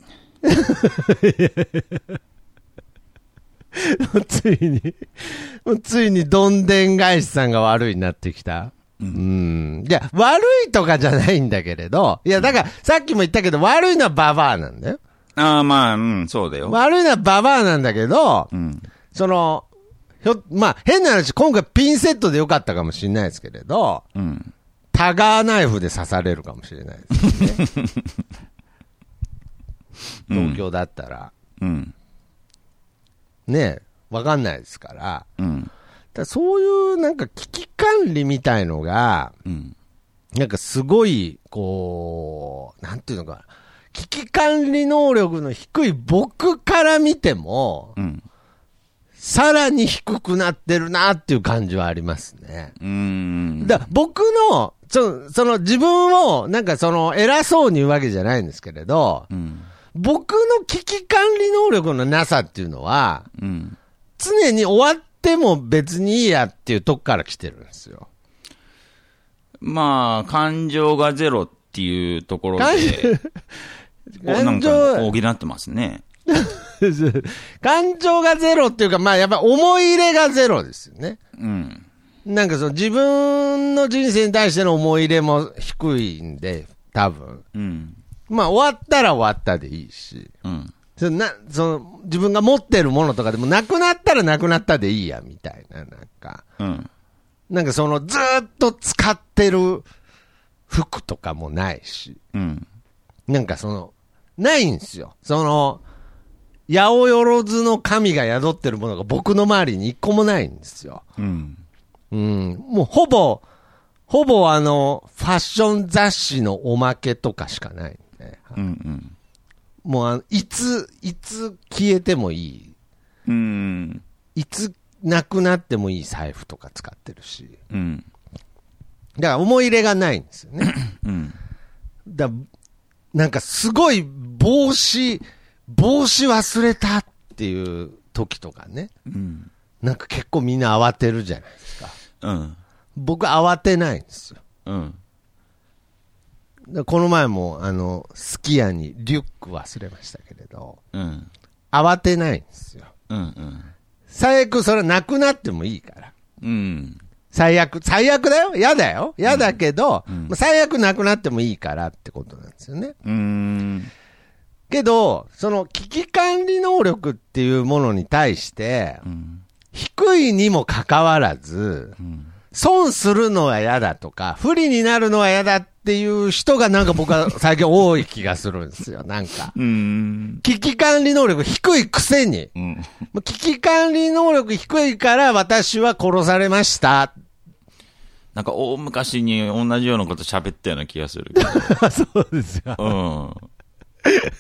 ついにどんでん返しさんが悪いになってきた。いや、悪いとかじゃないんだけれど、いや、だから、さっきも言ったけど、悪いのはババアなんだよ。 ああ、まあ、うん、そうだよ。 悪いのはババアなんだけど、 うん。 まあ、変な話、今回ピンセットでよかったかもしれないですけれど、 うん。 タガーナイフで刺されるかもしれないですね。東京だったら。 うん。 ねえ、わかんないですから。 うん。 だそういうなんか危機管理みたいのが、 うん。 なんかすごい、こう、なんていうのかな。危機管理能力の低い僕から見ても、 うん。 さらに低くなってるなっていう感じはありますね。だ僕の、その自分を、なんかその偉そうに言うわけじゃないんですけれど、 うん、 僕の危機管理能力のなさっていうのは、 うん、 常に終わっても別にいいやっていうとこから来てるんですよ。 まあ、感情がゼロっていうところで、なんか補ってますね。 感情がゼロっていうか、まあやっぱ思い入れがゼロですよね。 うん。 なんかその自分の人生に対しての思い入れも低いんで、多分。 うん。 まあ終わったら終わったでいいし。 うん。 その自分が持ってるものとかでもなくなったらなくなったでいいや、みたいな、なんか。 うん。 なんかそのずーっと使ってる服とかもないし。 うん。 なんかないんですよ。八百万の神が宿ってるものが僕の周りに一個もないんですよ。 うん。 うん。もうほぼファッション雑誌のおまけとかしかないんで。 うんうん。 もういつ消えてもいい。 うん。 いつなくなってもいい財布とか使ってるし。 うん。 だから思い入れがないんですよね。 うん。 なんかすごい帽子忘れたっていう時とかね。 うん。 なんか結構みんな慌てるじゃないですか。 うん。 僕慌てないんですよ。 うん。 この前もすき家にリュック忘れましたけれど、 うん。 慌てないんですよ。 うんうん。 最悪それなくなってもいいから。 うん。 最悪だよ。嫌だよ。嫌だけど、最悪なくなってもいいからってことなんですよね。けど、その危機管理能力っていうものに対して、低いにもかかわらず、損するのは嫌だとか、不利になるのは嫌だっていう人がなんか僕は最近多い気がするんですよ、なんか。危機管理能力低いくせに、危機管理能力低いから私は殺されました。 なんか大昔に同じようなこと喋ったような気がするけど。 そうですよ。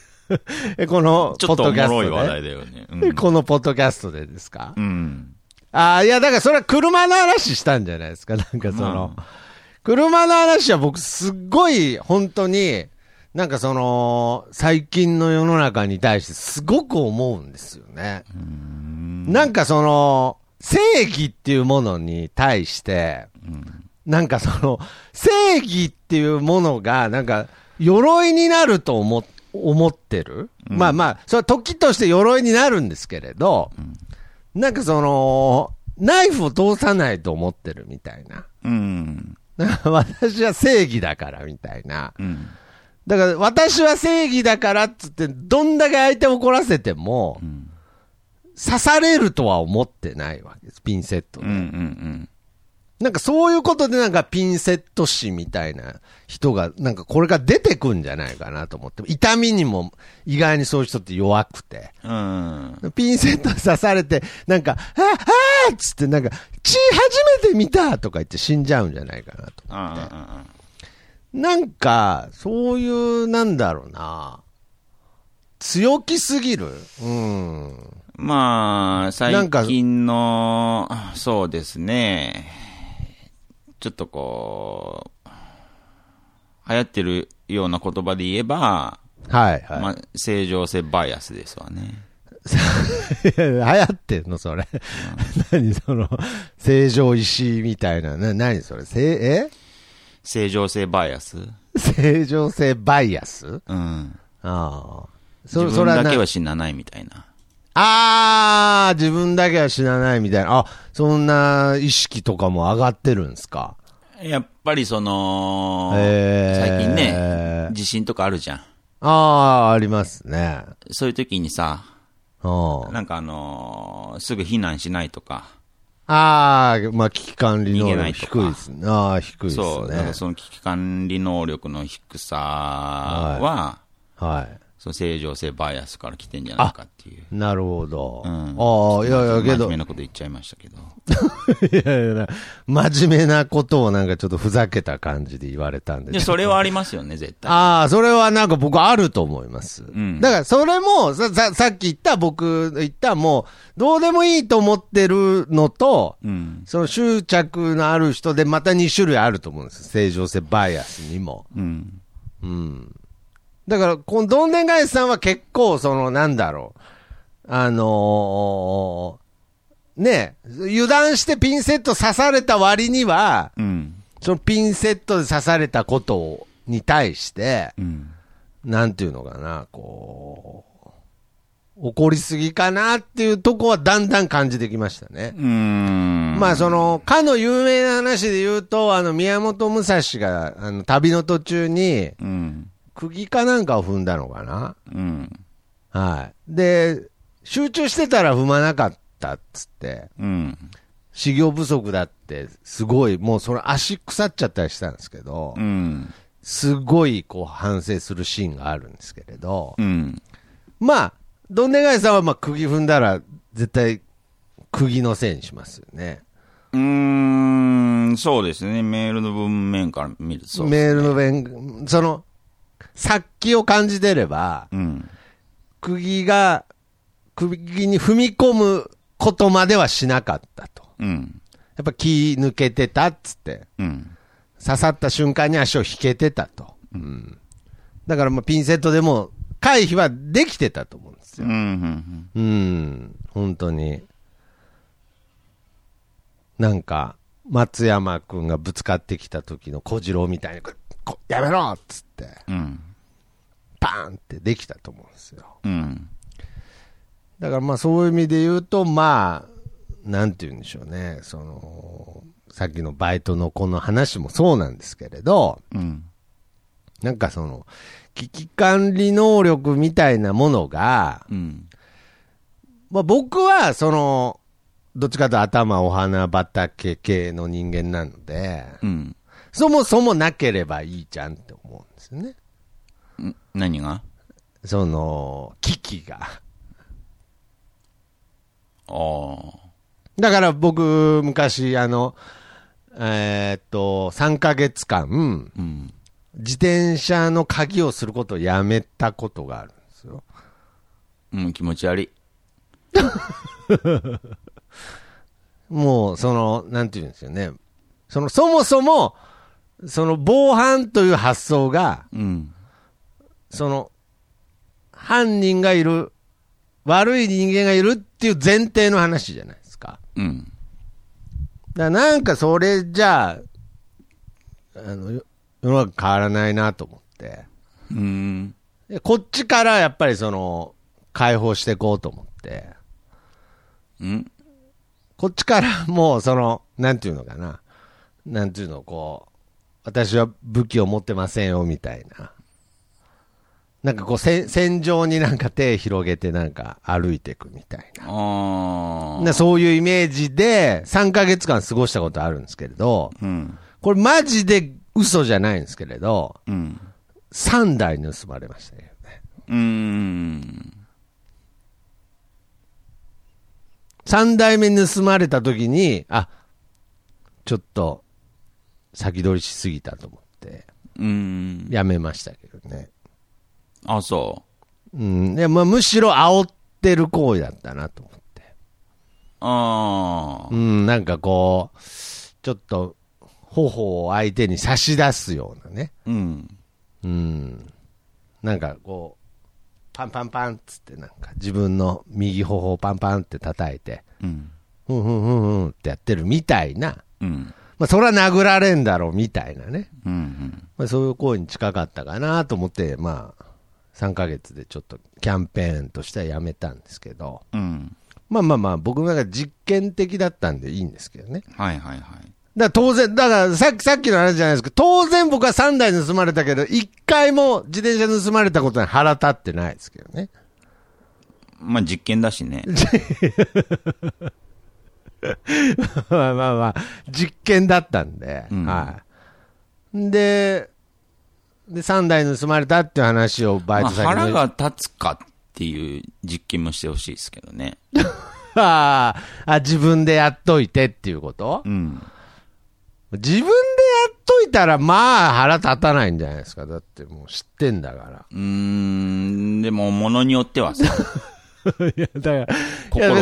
このポッドキャストで。ちょっとおもろい話題だよね。 このポッドキャストでですか？ いや、だからそれは車の話したんじゃないですか。なんかその、車の話は僕すっごい本当に、なんかその、最近の世の中に対してすごく思うんですよね。なんかその、正義っていうものに対して、なんかその、正義っていうものが、なんか、鎧になると思ってる、まあまあ、それは時として鎧になるんですけれど、なんかその、ナイフを通さないと思ってるみたいな。私は正義だからみたいな。だから私は正義だからっつって、どんだけ相手を怒らせても、刺されるとは思ってないわけです、ピンセットで。なんかそういうことでなんかピンセット師みたいな人が、なんかこれから出てくんじゃないかなと思って、痛みにも意外にそういう人って弱くて。ピンセット刺されて、なんか、っつってなんか、血初めて見たとか言って死んじゃうんじゃないかなと思って。なんか、そういう、なんだろうな、強気すぎる。 まあ、最近の、そうですね、ちょっとこう、流行ってるような言葉で言えば、まあ、正常性バイアスですわね。 流行ってんのそれ。何その、正常石みたいな。何それ正常性バイアス。 正常性バイアス？ 自分だけは死なないみたいな。 自分だけは死なないみたいな。そんな意識とかも上がってるんですか？ やっぱりその、最近ね、地震とかあるじゃん。 ありますね。 そういう時にさ、なんかすぐ避難しないとか。 まあ危機管理能力低いですね。低いですね。 そう、だからその危機管理能力の低さは、その正常性バイアスから来てんじゃないかっていう。なるほど。 いや、けど。真面目なこと言っちゃいましたけど。 いや、真面目なことをなんかちょっとふざけた感じで言われたんで。 それはありますよね、絶対。 それはなんか僕あると思います。だからそれも、さっき僕言ったもう、どうでもいいと思ってるのと、その執着のある人でまた2種類あると思うんです。正常性バイアスにも。だから、このどんでん返しさんは結構、その、なんだろう。ね、油断してピンセット刺された割には、そのピンセットで刺されたことに対して、なんていうのかな、こう、怒りすぎかなっていうとこはだんだん感じてきましたね。まあ、その、かの有名な話で言うと、宮本武蔵が、旅の途中に、釘かなんかを踏んだのかな。で、集中してたら踏まなかったっつって、修行不足だって、すごい、もうそれ足腐っちゃったりしたんですけど、すごいこう反省するシーンがあるんですけれど、まあ、どんでん返しさんはまあ釘踏んだら絶対釘のせいにしますよね。 そうですね。メールの文面から見ると、 メールの文、その、殺気を感じてれば、釘に踏み込むことまではしなかったと。やっぱ気抜けてたっつって、刺さった瞬間に足を引けてたと。だからまあピンセットでも回避はできてたと思うんですよ。本当に。なんか、松山くんがぶつかってきた時の小次郎みたいに、やめろっつって、パーンってできたと思うんですよ。だからまあそういう意味で言うと、まあ、なんて言うんでしょうね、その、さっきのバイトの子の話もそうなんですけれど、なんかその、危機管理能力みたいなものが、まあ僕はその、どっちかというと頭お花畑系の人間なので、そもそもなければいいじゃんって思うんですよね。 何が？ その、危機が。だから僕、昔、3ヶ月間、自転車の鍵をすることをやめたことがあるんですよ。 気持ち悪い。 もう、なんていうんですよね。そもそも、防犯という発想が、うん、犯人がいる、悪い人間がいるっていう前提の話じゃないですか。うん。だからなんかそれじゃあ、世の中変わらないなと思って。うん。こっちからやっぱり解放していこうと思って。うん。こっちからもうなんていうのかな。なんていうの、私は武器を持ってませんよみたいな。なんか戦場になんか手広げてなんか歩いていくみたいな。そういうイメージで3ヶ月間過ごしたことあるんですけれど、うん、これマジで嘘じゃないんですけれど、うん、3台盗まれましたよね。3台目盗まれた時に、ちょっと先取りしすぎたと思って、やめましたけどね。 あ、そう。 うん。で、むしろ煽ってる行為だったなと思って。なんかちょっと、頬を相手に差し出すようなね。なんかパンパンパンっつってなんか自分の右頬をパンパンって叩いて、ふんふんふんふんってやってるみたいな。まあ、それは殴られんだろうみたいなね。まあ、そういう行為に近かったかなと思って、まあ、3ヶ月でちょっとキャンペーンとしてはやめたんですけど、まあ、僕の中で実験的だったんでいいんですけどね。 はいはいはい。 だから当然、さっきの話じゃないですけど、当然僕は3台盗まれたけど、1回も自転車盗まれたことに腹立ってないですけどね。 まあ実験だしね。 まあ、実験だったんで、はい。で、3台盗まれたっていう話をバイト先の、 腹が立つかっていう実験もしてほしいですけどね。 自分でやっといてっていうこと？自分でやっといたら、まあ腹立たないんじゃないですか。だってもう知ってんだから。 でも物によってはさ。 いや、だから、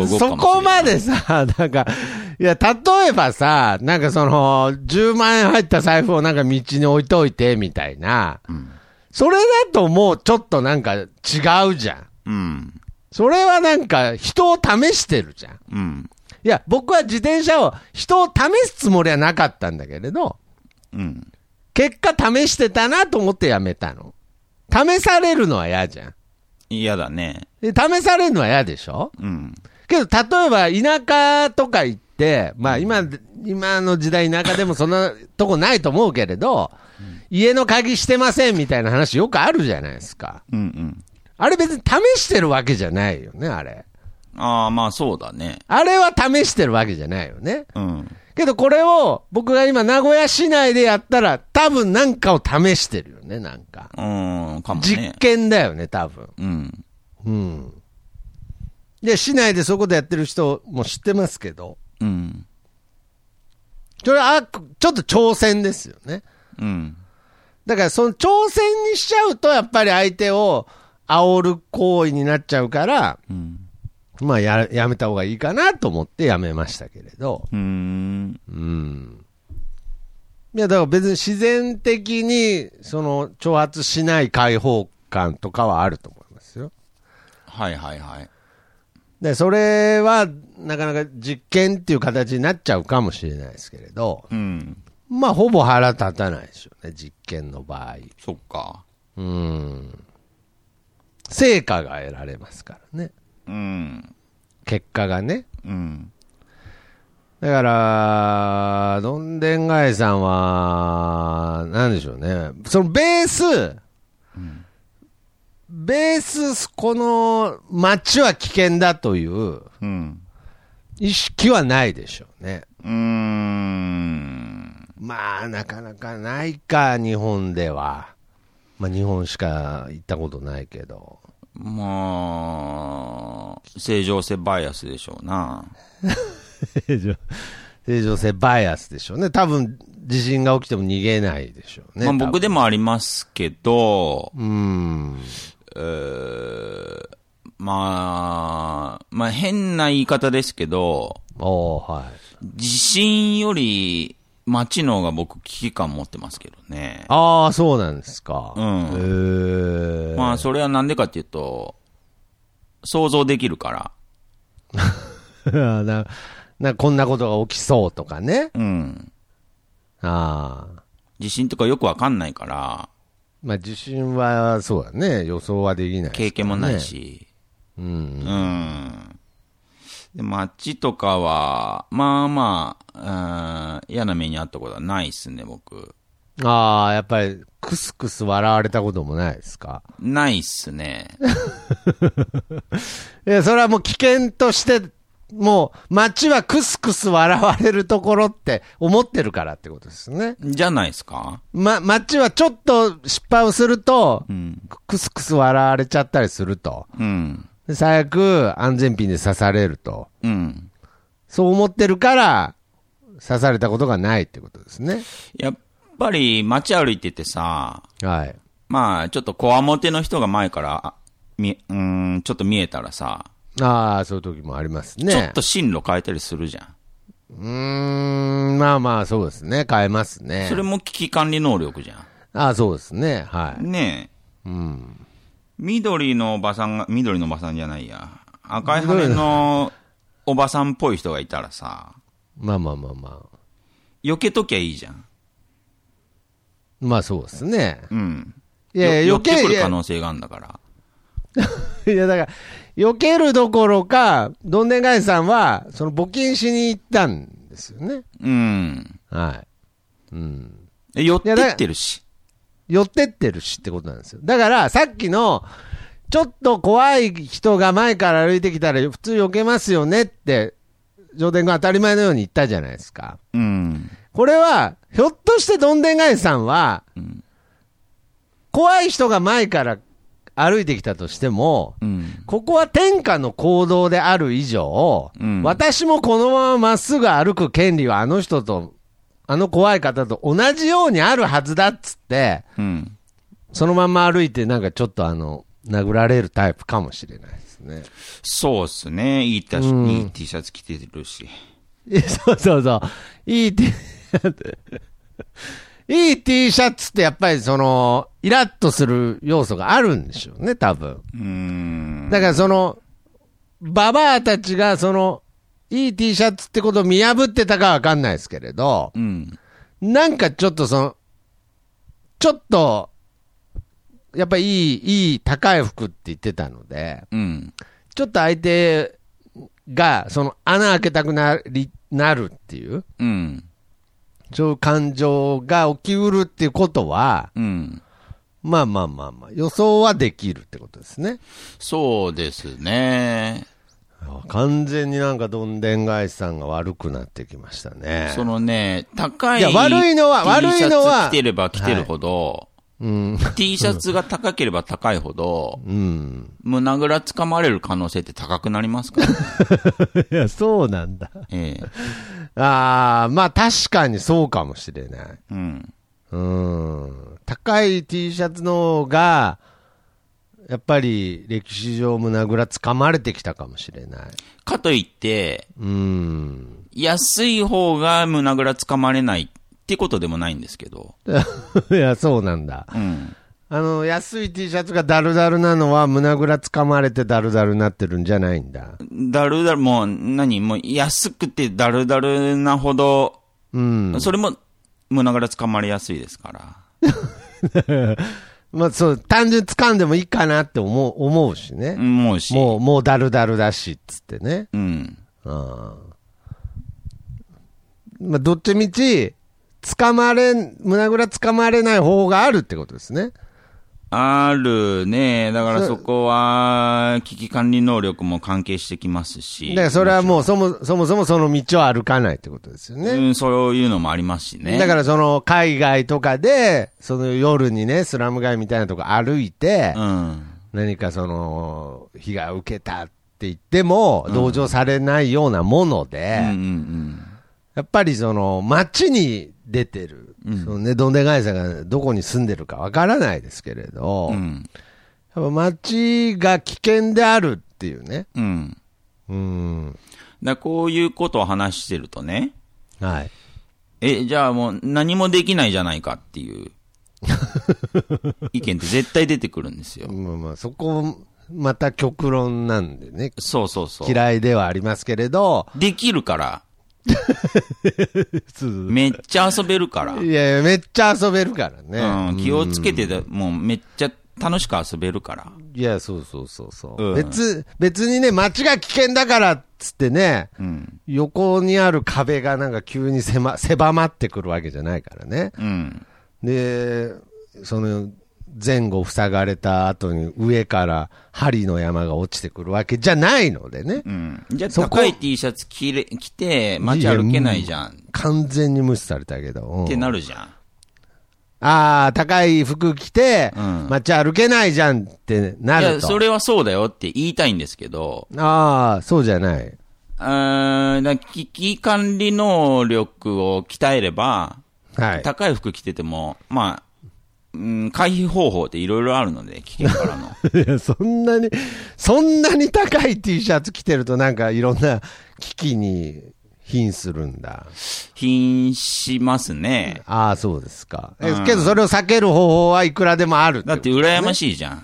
そこまでさ、なんか、いや、例えばさ、なんか10万円入った財布をなんか道に置いといて、みたいな。それだともうちょっとなんか違うじゃん。それはなんか人を試してるじゃん。いや、僕は自転車を人を試すつもりはなかったんだけれど、結果試してたなと思ってやめたの。試されるのは嫌じゃん。 嫌だね。 で、試されるのは嫌でしょ？けど、例えば田舎とか行って、まあ今の時代田舎でもそんなとこないと思うけれど、家の鍵してませんみたいな話よくあるじゃないですか。あれ別に試してるわけじゃないよね、あれ。 まあそうだね。 あれは試してるわけじゃないよね。けどこれを僕が今名古屋市内でやったら多分なんかを試してるよね、なんか。 かもね。 実験だよね、多分。で、市内でそういうことやってる人も知ってますけど。それはちょっと挑戦ですよね。だからその挑戦にしちゃうとやっぱり相手を煽る行為になっちゃうから、まあやめた方がいいかなと思ってやめましたけれど。いや、だから別に自然的に、挑発しない解放感とかはあると思いますよ。 はいはいはい。 で、それは、なかなか実験っていう形になっちゃうかもしれないですけれど、まあ、ほぼ腹立たないでしょうね、実験の場合。 そっか。 成果が得られますからね。結果がね。だから、どんでんがいさんは、なんでしょうね。そのベース、この街は危険だという、意識はないでしょうね。まあ、なかなかないか、日本では。まあ、日本しか行ったことないけど。 まあ、正常性バイアスでしょうな。 正常性バイアスでしょうね。多分、地震が起きても逃げないでしょうね。 まあ僕でもありますけど、まあ変な言い方ですけど、 地震より街の方が僕危機感持ってますけどね。 ああ、そうなんですか。 まあ、それはなんでかっていうと、想像できるから。 こんなことが起きそうとかね。 地震とかよくわかんないから。 まあ、地震はそうだね。予想はできない、ね。 経験もないし。で街とかは、まあまあ、嫌な目にあったことはないっすね、僕。 ああ、やっぱり、クスクス笑われたこともないですか？ ないっすね。 いや、それはもう危険として、もう街はクスクス笑われるところって思ってるからってことですね。 じゃないですか？ 街はちょっと失敗をすると、クスクス笑われちゃったりすると。最悪安全ピンで刺されると。そう思ってるから刺されたことがないってことですね。 やっぱり街歩いててさ、 はい。 まあちょっとこわもての人が前からちょっと見えたらさ、 ああ、そういう時もありますね。 ちょっと進路変えたりするじゃん。まあまあそうですね。変えますね。 それも危機管理能力じゃん。 ああ、そうですね。はい。 ねえ。緑のおばさんじゃないや。赤い羽のおばさんっぽい人がいたらさ。 まあ。 避けときゃいいじゃん。 まあそうですね。 いや、避けてくる可能性があるんだから。 いや、だから、避けるどころか、どんでん返しさんは、その募金しに行ったんですよね。はい。 寄ってってるし。 寄ってってるしってことなんですよ。だから、さっきの、ちょっと怖い人が前から歩いてきたら普通避けますよねって、上田君当たり前のように言ったじゃないですか。これは、ひょっとしてどんでん返しさんは、怖い人が前から歩いてきたとしても、ここは天下の公道である以上、私もこのまままっすぐ歩く権利はあの人と、あの怖い方と同じようにあるはずだっつって、そのまま歩いてなんかちょっと殴られるタイプかもしれないですね。 そうっすね。いい T シャツ着てるし。 そう。いい T シャツってやっぱりイラッとする要素があるんでしょうね、多分。だからババアたちがいい T シャツってことを見破ってたかわかんないですけれど、なんかちょっとやっぱりいい高い服って言ってたので、ちょっと相手が穴開けたくなるっていう、そういう感情が起きうるっていうことは、まあ、予想はできるってことですね。 そうですね。 完全になんかどんでん返しさんが悪くなってきましたね。 高い T シャツ着てれば着てるほど、T シャツが高ければ高いほど、胸ぐらつかまれる可能性って高くなりますから、 いや、そうなんだ。まあ確かにそうかもしれない。高い T シャツの方が、やっぱり歴史上胸ぐらつかまれてきたかもしれない。 かといって、安い方が胸ぐらつかまれないってことでもないんですけど。 いや、そうなんだ。安い T シャツがダルダルなのは胸ぐらつかまれてダルダルになってるんじゃないんだ。 ダルダル、もう安くてダルダルなほど、それも胸ぐらつかまれやすいですから。 まあそう、単純に掴んでもいいかなって思うしね。 思うし。 もうダルダルだし、つってね。まあどっちみち、胸ぐらつかまれない方があるってことですね。 あるね。だからそこは、危機管理能力も関係してきますし。 だからそれはもうそもそもその道を歩かないってことですよね。 そういうのもありますしね。 だから海外とかで、夜にね、スラム街みたいなとこ歩いて、何か被害を受けたって言っても、同情されないようなもので、やっぱり街に出てる、どんでん返しさんがどこに住んでるかわからないですけれど、やっぱ街が危険であるっていうね。 だこういうことを話してるとね。 はい。 じゃあもう何もできないじゃないかっていう意見って絶対出てくるんですよ。 まあそこ、また極論なんでね。 そうそうそう。 嫌いではありますけれど。 できるから。めっちゃ遊べるから。 いや、めっちゃ遊べるからね。 うん、気をつけてもうめっちゃ楽しく遊べるから。 いや、そう、うん。別にね、街が危険だからっつってね、うん、横にある壁がなんか急に狭まってくるわけじゃないからね。うん、で、その、前後塞がれた後に上から針の山が落ちてくるわけじゃないのでね。 うん、じゃあ高い T シャツ着て街歩けないじゃん。 完全に無視されたけど。 ってなるじゃん。 ああ、高い服着て、街歩けないじゃんってなると。いや、 それはそうだよって言いたいんですけど。 ああ、そうじゃない。 危機管理能力を鍛えれば、はい、高い服着てても、まあ、回避方法っていろいろあるので、危険からの。 いや、そんなに高い T シャツ着てるとなんかいろんな危機に瀕するんだ。 瀕しますね。 ああ、そうですか。けどそれを避ける方法はいくらでもあるって、 だって羨ましいじゃん。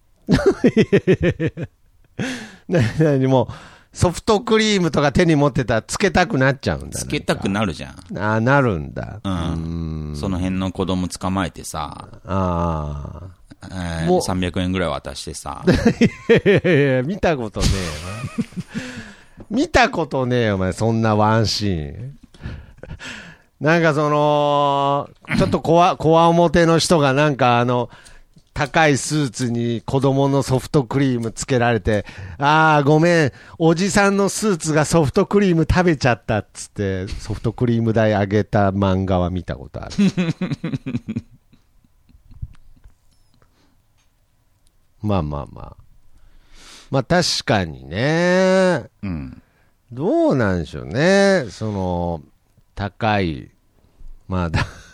何もソフトクリームとか手に持ってたらつけたくなっちゃうんだ。 つけたくなるじゃん。 ああ、なるんだ。 その辺の子供捕まえてさ。300円ぐらい渡してさ。 いや見たことねえよ。見たことねえよ、お前、そんなワンシーン。なんかその、ちょっとこわもての人がなんか高いスーツに子供のソフトクリームつけられて、ああ、ごめん、おじさんのスーツがソフトクリーム食べちゃったっつって、ソフトクリーム代あげた漫画は見たことある。まあ。まあ確かにね。うん。どうなんでしょうね。その、高い、まあ、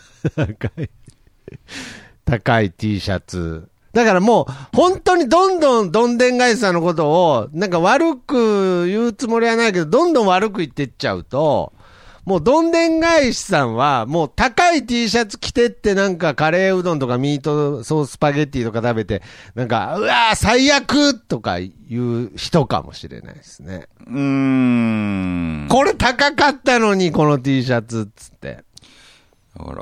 高い T シャツ。だからもう、本当にどんでん返しさんのことを、なんか悪く言うつもりはないけど、どんどん悪く言ってっちゃうと、もうどんでん返しさんは、もう高い T シャツ着てってなんかカレーうどんとかミートソースパゲッティとか食べて、なんか、うわー最悪とか言う人かもしれないですね。これ高かったのに、この T シャツっつって。 だから、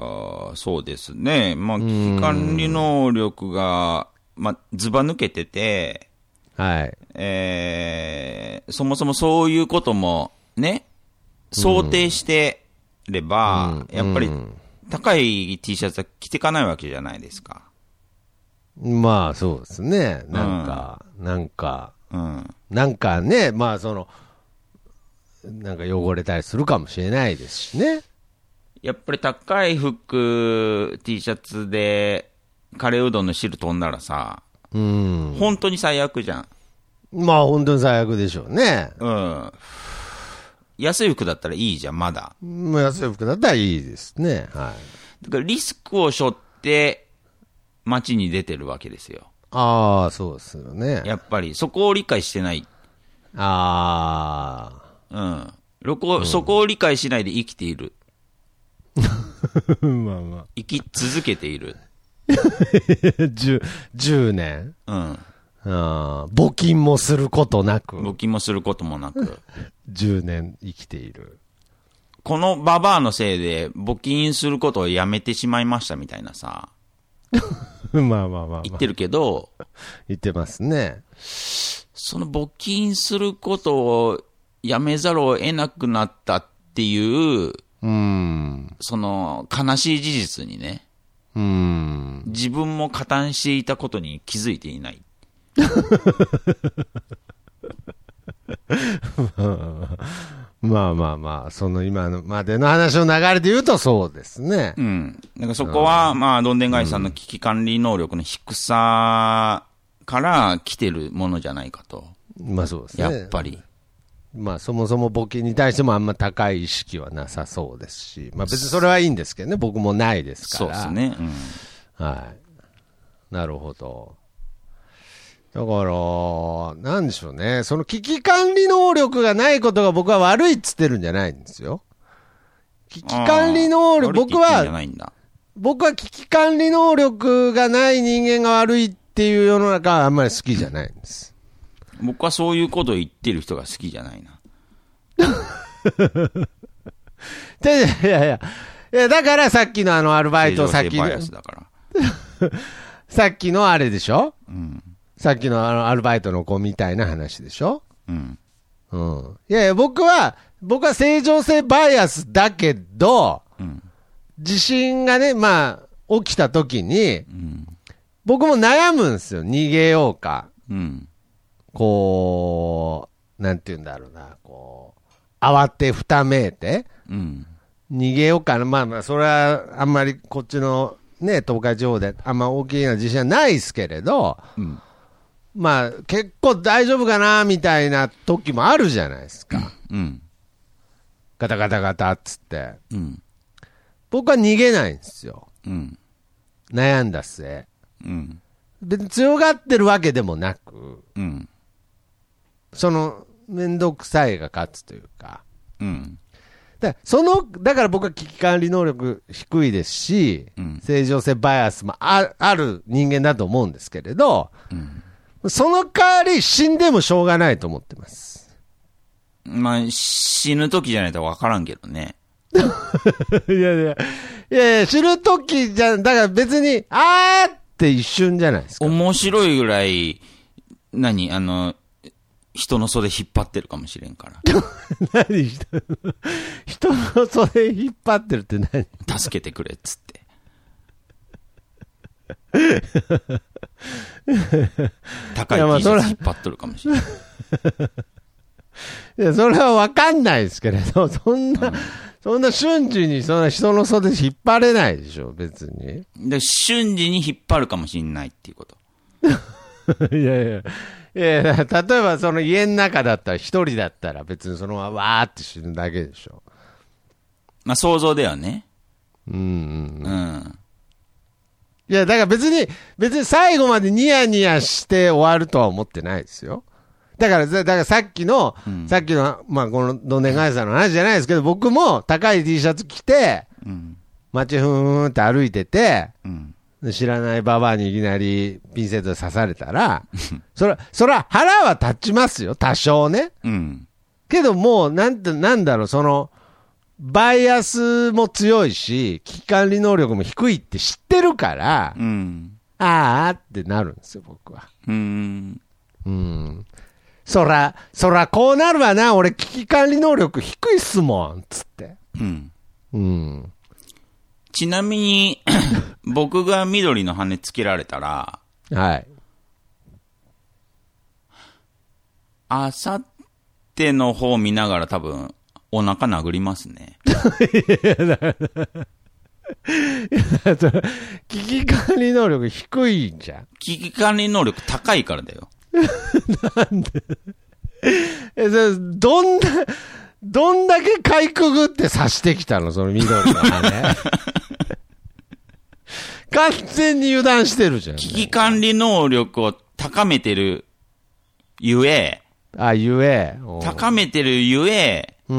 そうですね。まあ、危機管理能力が、まあ、ずば抜けてて、 はい。 そもそもそういうことも、ね、想定してれば、やっぱり、高い T シャツは着ていかないわけじゃないですか。 まあ、そうですね。なんかね、まあ、なんか汚れたりするかもしれないですしね。 やっぱり高い服、T シャツで、カレーうどんの汁飛んだらさ、本当に最悪じゃん。 まあ本当に最悪でしょうね。 安い服だったらいいじゃん、まだ。 安い服だったらいいですね。はい。 だからリスクを背負って街に出てるわけですよ。 ああ、そうですよね。 やっぱりそこを理解してない。そこを理解しないで生きている。 まあ。 生き続けている。 10年。募金もすることなく。 募金もすることもなく。 10年生きている。 このババアのせいで募金することをやめてしまいましたみたいなさ。 まあ。 言ってるけど。 言ってますね。 その募金することをやめざるを得なくなったっていう、その悲しい事実にね。自分も加担していたことに気づいていない。 まあ、その今までの話の流れで言うとそうですね。 なんかそこは、まあ、どんでん返しさんの危機管理能力の低さから来てるものじゃないかと。 まあそうですね。 やっぱり。 まあそもそも募金に対してもあんま高い意識はなさそうですし、まあ別にそれはいいんですけどね、僕もないですから。 そうですね。はい。 なるほど。だから、 なんでしょうね。その危機管理能力がないことが僕は悪いっつってるんじゃないんですよ。危機管理能力、僕は危機管理能力がない人間が悪いっていう世の中はあんまり好きじゃないんです。 僕はそういうことを言ってる人が好きじゃないな。 いや、だからさっきのアルバイト先の、さっきのあれでしょ、うん、さっきのアルバイトの子みたいな話でしょ、うんうん、いや僕は正常性バイアスだけど、うん、地震がね、まあ、起きた時に、うん、僕も悩むんですよ。逃げようか。うん、こう、なんて言うんだろうな、こう、慌てふためいて、うん、逃げようかな。まあまあ、それはあんまりこっちのね、東海地方であんま大きな地震はないですけれど、うん、まあ、結構大丈夫かな、みたいな時もあるじゃないですか。うん、ガタガタガタっつって。うん、僕は逃げないんですよ。うん、悩んだ末。うん、別に強がってるわけでもなく、うん、その、めんどくさいが勝つというか。うん、だから僕は危機管理能力低いですし、うん、正常性バイアスもある人間だと思うんですけれど、うん、その代わり死んでもしょうがないと思ってます。 まあ、死ぬ時じゃないと分からんけどね。 いや、死ぬ時じゃ、だから別に、って一瞬じゃないですか。 面白いぐらい、人の袖引っ張ってるかもしれんから。 何人の袖引っ張ってるって何？ 助けてくれっつって。高い T シャツ引っ張っとるかもしれない。 いや、それは分かんないですけれど、そんな瞬時にそんな人の袖引っ張れないでしょ、別に。 で、瞬時に引っ張るかもしれないっていうこと。 いや、例えばその家の中だったら一人だったら別にそのままわーって死ぬだけでしょ。 まあ想像ではね。 うん。いや、だから別に最後までニヤニヤして終わるとは思ってないですよ。だからさっきの、まあこのどんでん返しさんの話じゃないですけど、僕も高い T シャツ着て、街ふーんって歩いてて、知らないババアにいきなりピンセットで刺されたら、そら腹は立ちますよ、多少ね。うん、けどもう、なんだろう、その、バイアスも強いし、危機管理能力も低いって知ってるから、うん、あーってなるんですよ、僕は。そらこうなるわな、俺危機管理能力低いっすもん、つって。 ちなみに、僕が緑の羽つけられたら、はい。あさっての方見ながら多分、お腹殴りますね。 危機管理能力低いんじゃん。 危機管理能力高いからだよ。 なんでどんだけかいくぐって刺してきたの、その緑の羽。完全に油断してるじゃん。 危機管理能力を高めてるゆえ。高めてるゆえ。うん。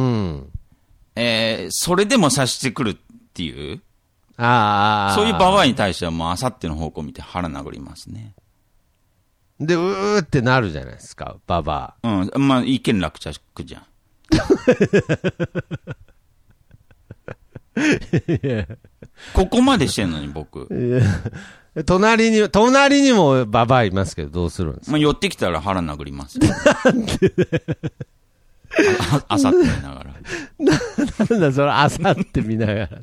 それでも刺してくるっていう。そういうババアに対してはもうあさっての方向見て腹殴りますね。 で、うーってなるじゃないですか、ババア。うん。まあ、一見落着じゃん。ここまでしてんのに僕。 隣にもババアいますけどどうするんですか。 まあ、寄ってきたら腹殴りますよ。なんであさって見ながら。 なんだそれ、あさって見ながら。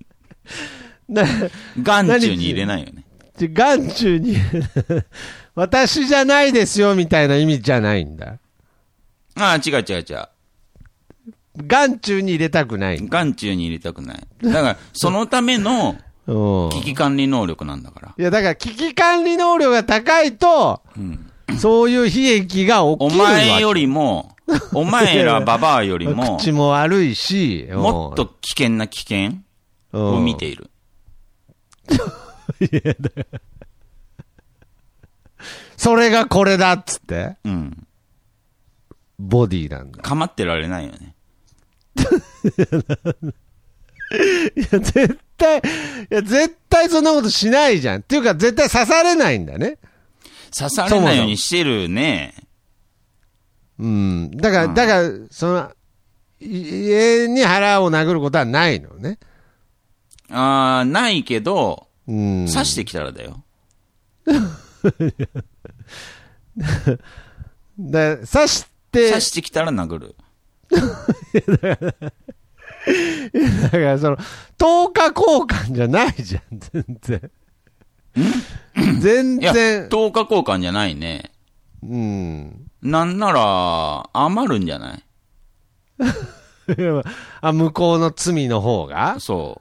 眼中に入れないよね。 眼中に私じゃないですよみたいな意味じゃないんだ。 ああ、違う。 眼中に入れたくない。 眼中に入れたくない。だから、そのための危機管理能力なんだから。 いや、だから危機管理能力が高いと、そういう悲劇が起きるわけ。 お前よりも、お前らババアよりも、 口も悪いし、 もっと危険な危険を見ている。 いやだそれがこれだっつって。 うん。 ボディなんだ。 構ってられないよね。 いや、絶対そんなことしないじゃん。っていうか、絶対刺されないんだね。 刺されないようにしてるね。 うん。だから、家に腹を殴ることはないのね。 ないけど、 うん。 刺してきたらだよ。 刺してきたら殴る。 だから10日交換じゃないじゃん、全然。 いや、10日交換じゃないね。 うん。 なんなら、余るんじゃない向こうの罪の方がそう。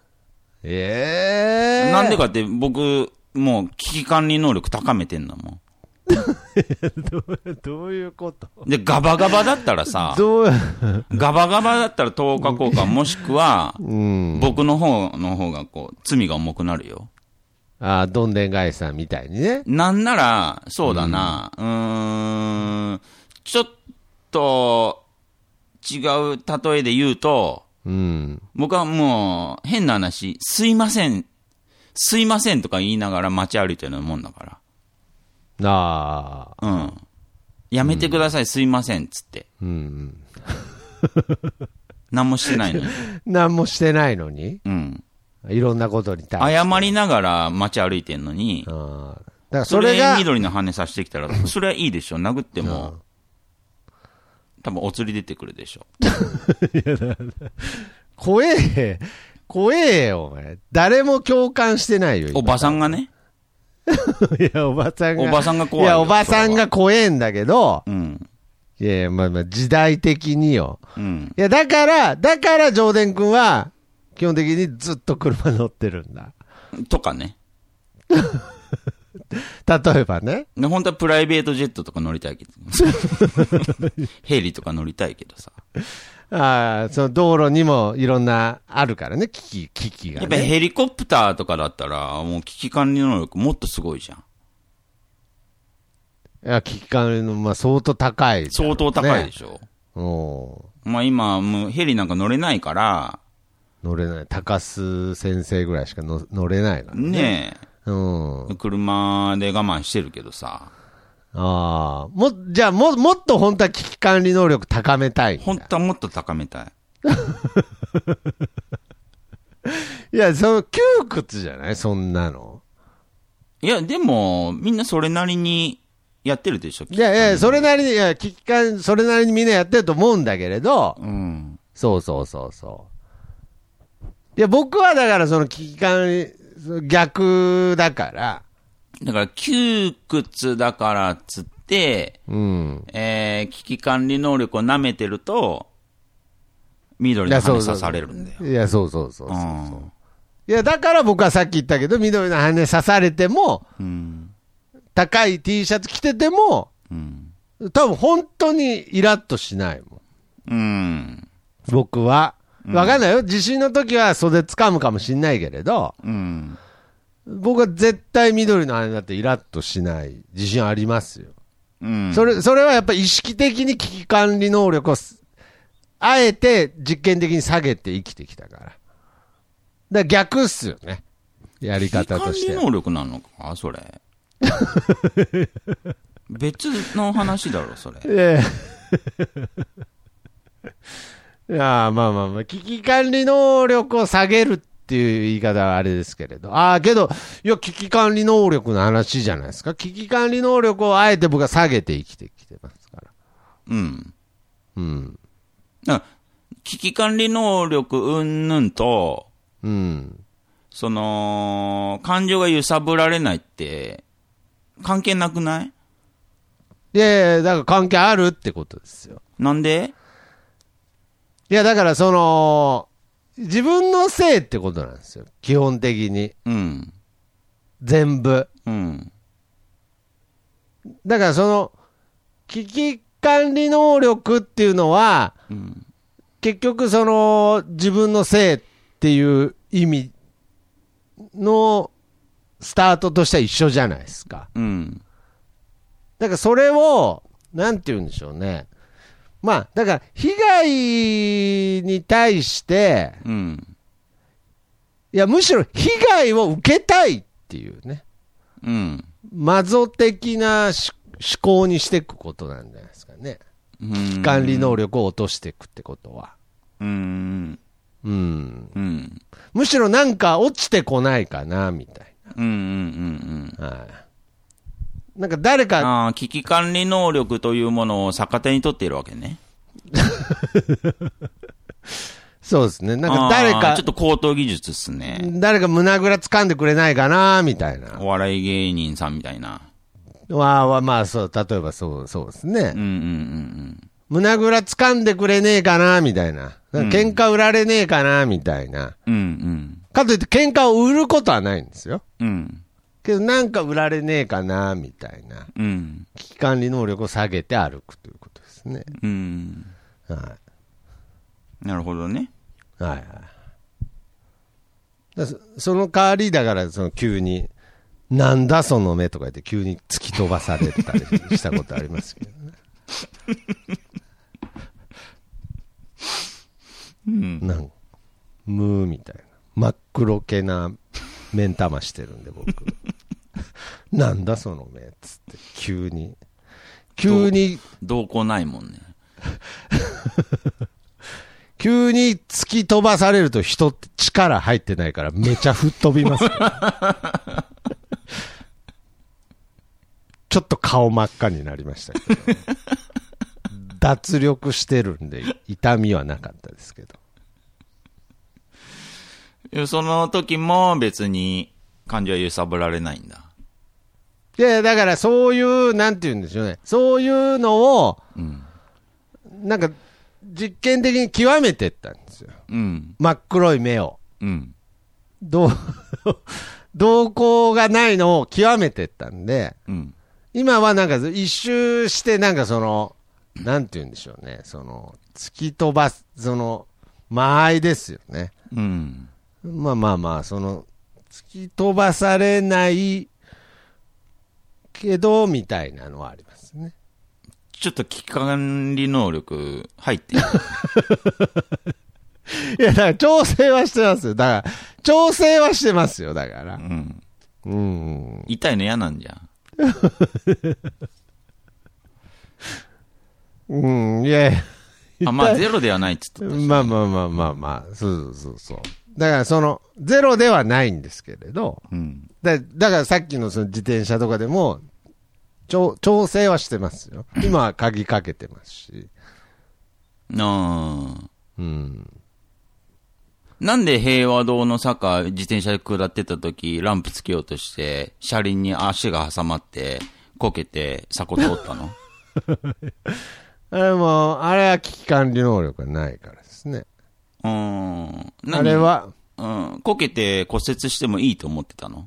なんでかって僕、もう危機管理能力高めてんだもん。 どういうことで、ガバガバだったらさ、ガバガバだったら10日交換もしくは、僕の方が罪が重くなるよ。 どんでん返しさんみたいにね。 なんなら、そうだな、ちょっと違う例えで言うと、僕はもう変な話、すいませんとか言いながら街歩いてるようなもんだから。やめてください、すいませんっつって。何もしてないのに。 何もしてないのに。いろんなことに対して。 謝りながら街歩いてんのに。だからそれ緑の羽さしてきたら、それはいいでしょ。殴っても、多分お釣り出てくるでしょ。 怖えよ、お前。誰も共感してないよ。 おばさんがね。 いや、おばさんが怖い。 いや、おばさんが怖えんだけど、いや、まあ、時代的によ。いや、だから、ジョーデン君は、基本的にずっと車乗ってるんだ。 とかね。 例えばね。 本当はプライベートジェットとか乗りたいけど。ヘリとか乗りたいけどさ。 その道路にもいろんなあるからね、機器が、ね。 やっぱりヘリコプターとかだったら、もう危機管理能力もっとすごいじゃん。 いや、危機管理の、相当高い、ね。 相当高いでしょ。今、もうヘリなんか乗れないから。 乗れない。高須先生ぐらいしか乗れないからね。 ねえ。車で我慢してるけどさ。 じゃあもっと本当は危機管理能力高めたい。 本当はもっと高めたい。 いや、窮屈じゃないそんなの。 いや、でも、みんなそれなりにやってるでしょ。 いや、それなりに、危機管理、それなりにみんなやってると思うんだけれど、そう。いや、僕はだからその危機管理、逆だから、 だから窮屈だからっつって、危機管理能力を舐めてると、緑の羽刺されるんだよ。 いや、そう。いや、だから僕はさっき言ったけど、緑の羽刺されても、高い T シャツ着てても、多分本当にイラッとしないもん。僕は。わかんないよ。地震の時は袖掴むかもしんないけれど、僕は絶対緑の羽だってイラッとしない自信ありますよ。それはやっぱり意識的に危機管理能力をあえて実験的に下げて生きてきたから。だから逆っすよね。やり方として。 危機管理能力なのかそれ。別の話だろ、それ。 いや、まあ、危機管理能力を下げるっていう言い方はあれですけれど。けど、いや、危機管理能力の話じゃないですか。危機管理能力をあえて僕は下げて生きてきてますから。 危機管理能力うんぬんと、その、感情が揺さぶられないって、関係なくない？ いや、だから関係あるってことですよ。 なんで？ いや、だから自分のせいってことなんですよ。基本的に。全部。だから危機管理能力っていうのは、結局自分のせいっていう意味のスタートとしては一緒じゃないですか。 だからそれを、なんて言うんでしょうね。まあ、だから、被害に対して、うん、いや、むしろ被害を受けたいっていうね。うん。マゾ的な思考にしていくことなんじゃないですかね。危機管理能力を落としていくってことは。うん。うん。むしろなんか落ちてこないかな、みたいな。はい。なんか誰か。 危機管理能力というものを逆手に取っているわけね。 そうですね。なんか誰か。 ちょっと高等技術っすね。 誰か胸ぐら掴んでくれないかな、みたいな。 お笑い芸人さんみたいな。 まあそう、例えばそうですね。胸ぐら掴んでくれねえかな、みたいな。喧嘩売られねえかな、みたいな。かといって喧嘩を売ることはないんですよ。けどなんか売られねえかな、みたいな。危機管理能力を下げて歩くということですね。 はい。なるほどね。はいはい。 その代わりだから、急に、なんだその目とか言って急に突き飛ばされたりしたことありますけどね。なんかムーみたいな。真っ黒けな目ん玉してるんで、僕。なんだその目っつって、急に。 どうこうないもんね。 急に突き飛ばされると人って力入ってないからめちゃ吹っ飛びます、ね。ちょっと顔真っ赤になりましたけど、ね、脱力してるんで痛みはなかったですけど。その時も別に感情は揺さぶられないんだ。 いや、だからそういう、なんて言うんでしょうね。そういうのを、なんか、実験的に極めていったんですよ。真っ黒い目を。動向がないのを極めていったんで、今はなんか一周して、なんかなんて言うんでしょうね。突き飛ばす、間合いですよね。まあ、突き飛ばされないけど、みたいなのはありますね。 ちょっと危機管理能力入ってる。 いや、だから調整はしてますよ。だから、調整はしてますよ、だから。 痛いの嫌なんじゃん。いやいや。まあ、ゼロではないっつってたし。 まあ、そう。だからゼロではないんですけれど、だからさっきの自転車とかでも、調整はしてますよ。今は鍵かけてますし。 なんで平和堂の坂、自転車で下ってた時、ランプつけようとして、車輪に足が挟まって、こけて、坂通ったの？ あれは危機管理能力がないからですね。あれは、 こけて骨折してもいいと思ってたの？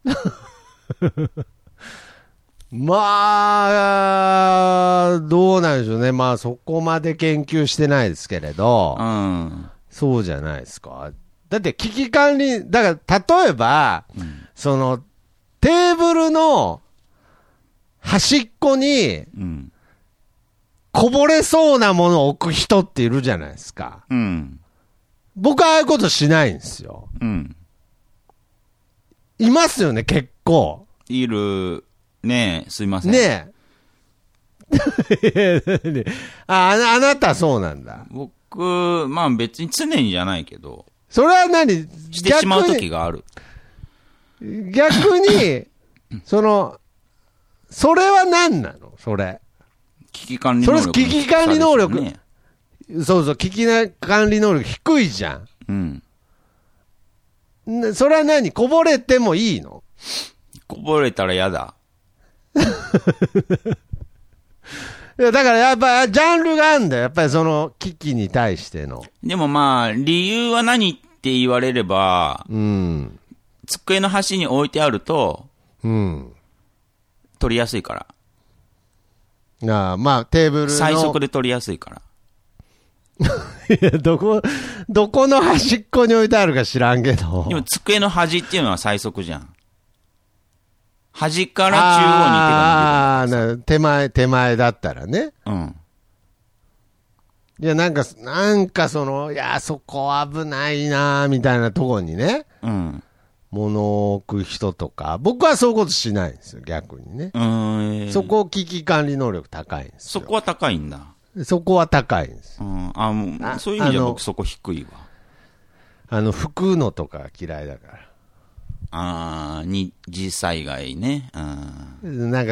まあ、どうなんでしょうね。まあ、そこまで研究してないですけれど、そうじゃないですか。だって危機管理、だから例えば、テーブルの端っこに、こぼれそうなものを置く人っているじゃないですか。僕はああいうことしないんですよ。いますよね、結構。 いる。ねえ、すいません。 ねえ。あなたそうなんだ。 僕、まあ別に常にじゃないけど。 それは何してしまう時がある。 逆に、それは何なのそれ。 危機管理能力。 それ危機管理能力。そう、危機管理能力低いじゃん。それは何こぼれてもいいの？ こぼれたら嫌だ。 いやだからやっぱジャンルがあるんだよ。やっぱり危機に対しての。 でもまあ、理由は何って言われれば、机の端に置いてあると、取りやすいから。 まあテーブルの。 最速で取りやすいから。 いや、どこの端っこに置いてあるか知らんけど。 でも机の端っていうのは最速じゃん。 端から中央に手が伸びる。 手前だったらね。 うん。 いや、なんかいや、そこ危ないなみたいなとこにね。 うん。 物を置く人とか、僕はそういうことしないんですよ、逆にね。そこ危機管理能力高いんですよ。 そこは高いんだ。 そこは高いんです。 もうそういう意味では僕そこ低いわ。 吹くのとか嫌いだから。 二次災害ね。 なんか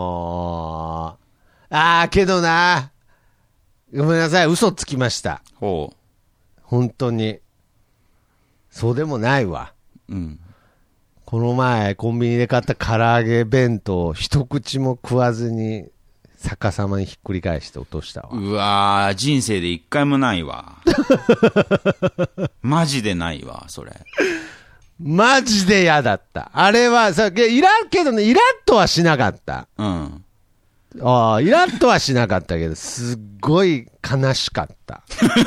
けどな、ごめんなさい、嘘つきました。 ほう。 本当に。そうでもないわ。 うん。 この前、コンビニで買った唐揚げ弁当、一口も食わずに、逆さまにひっくり返して落としたわ。 うわー、人生で一回もないわ。マジでないわ、それ。 マジで嫌だった。あれはさ、けどね、イラッとはしなかった。 うん。 イラッとはしなかったけど、すっごい悲しかった。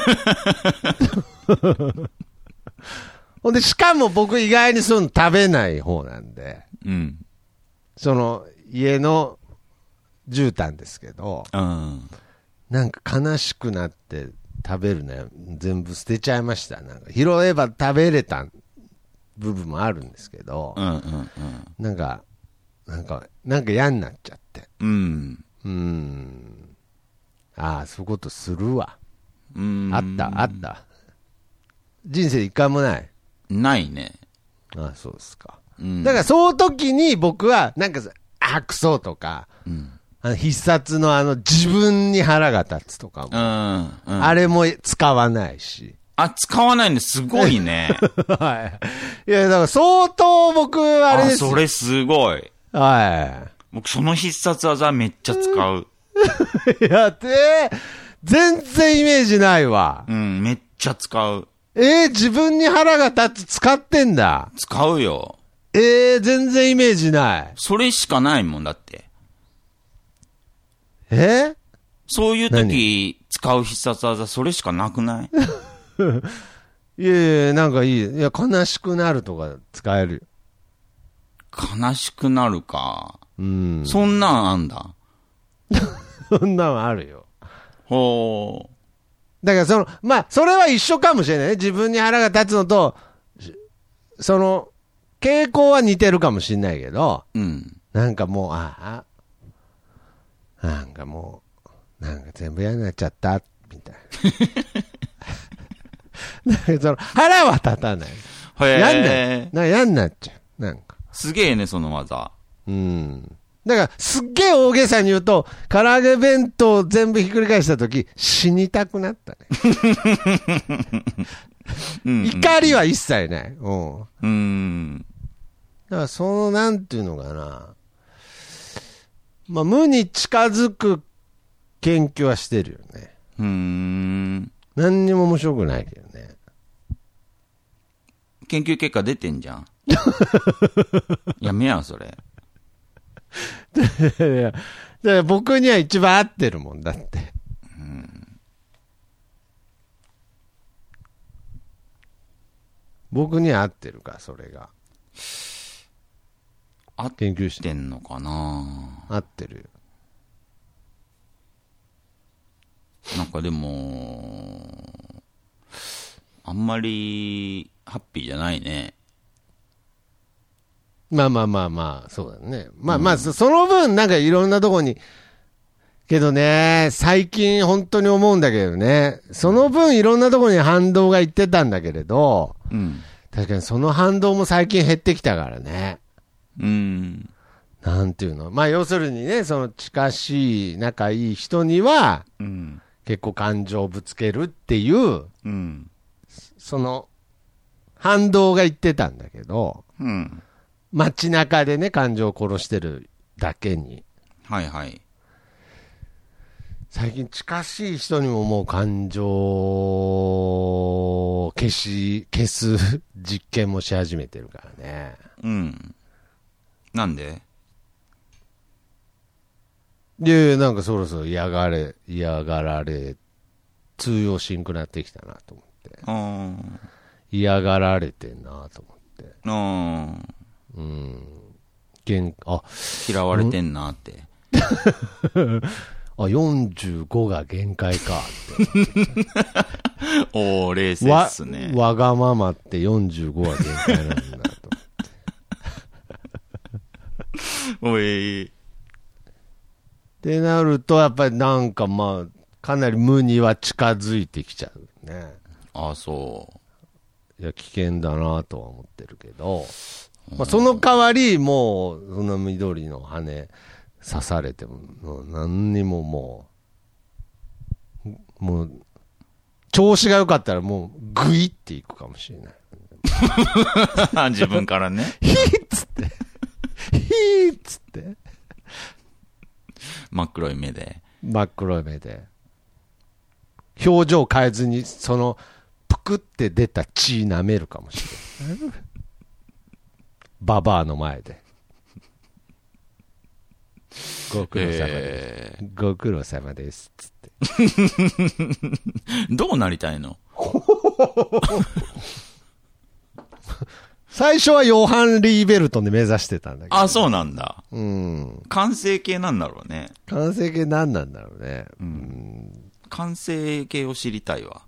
ほんで、しかも僕意外にそういうの食べない方なんで、 うん。 家の絨毯ですけど、 うん。 なんか悲しくなって食べるね、全部捨てちゃいました。なんか拾えば食べれた部分もあるんですけど、 うんうんうん。 なんか嫌になっちゃって。 うん。 そういうことするわ。 あった。人生一回もない。 ないね。 そうですか。 だから、その時に僕は、なんかクソとか、必殺の自分に腹が立つとかも、あれも使わないし。 使わないのすごいね。 はい。いや、だから相当僕、あれですよ。 それすごい。 はい。 僕、その必殺技めっちゃ使う。 いや、全然イメージないわ。 めっちゃ使う。 自分に腹が立つ使ってんだ。 使うよ。 全然イメージない。 それしかないもんだって。そういう時使う必殺技それしかなくない？ いや、なんかいい。いや、悲しくなるとか使えるよ。悲しくなるか。そんなんあんだ。 そんなんあるよ。 ほう。 だからそれは一緒かもしれないね。自分に腹が立つのと、傾向は似てるかもしれないけど、なんかもう、なんかもう、なんか全部嫌になっちゃった、みたいな。腹は立たない。嫌になっちゃう。なんか。 すげえね、その技。 だから、すっげえ大げさに言うと、唐揚げ弁当全部ひっくり返したとき、死にたくなったね。怒りは一切ない。だからなんていうのかな。無に近づく研究はしてるよね。何にも面白くないけどね。 研究結果出てんじゃん。やめや、それ。 いや僕には一番合ってるもんだって。僕には合ってるか、それが。 研究してんのかな。 合ってるよ。 なんかでも、あんまりハッピーじゃないね。 そうだね。その分、なんかいろんなとこに、けどね、最近本当に思うんだけどね、その分いろんなとこに反動がいってたんだけれど、確かにその反動も最近減ってきたからね。なんていうの。要するにね、近しい、仲いい人には、結構感情をぶつけるっていう、反動がいってたんだけど、街中でね、感情を殺してるだけに。 はいはい。 最近近しい人にももう感情を消す実験もし始めてるからね。 なんで？ なんかそろそろ嫌がられ、通用しんくなってきたなと思って。嫌がられてんなと思って。 嫌われてんなって。 45が限界かって。おー、冷静っすね。 わがままって45は限界なんだと。 おい。 ってなると、やっぱりなんかまあ、かなり無には近づいてきちゃうね。 ああ、そう。 いや、危険だなとは思ってるけど、まあ、その代わり、もう、その緑の羽刺されても、何にももう、調子が良かったらもう、グイっていくかもしれない。 自分からね。 ヒーっつって。ヒーっつって。 真っ黒い目で。 真っ黒い目で。表情変えずに、その、ぷくって出た血舐めるかもしれない。ババアの前で。ご苦労様です。ご苦労様です。つって。 どうなりたいの？ 最初はヨハン・リーベルトンで目指してたんだけど。 あ、そうなんだ。 うん。 完成形なんだろうね。 完成形何なんだろうね。 うん。完成形を知りたいわ。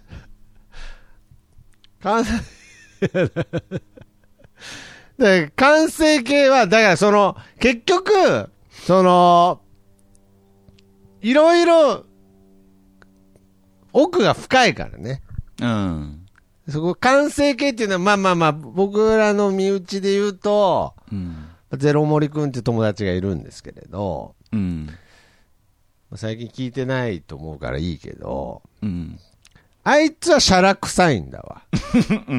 完成形は、だからその、結局、その、いろいろ、奥が深いからね。 うん。 そこ、完成形っていうのは、まあ、僕らの身内で言うと、 うん、 ゼロ森くんっていう友達がいるんですけれど、 うん、 最近聞いてないと思うからいいけど、 うん、 あいつはシャラ臭いんだわ。 うんうん、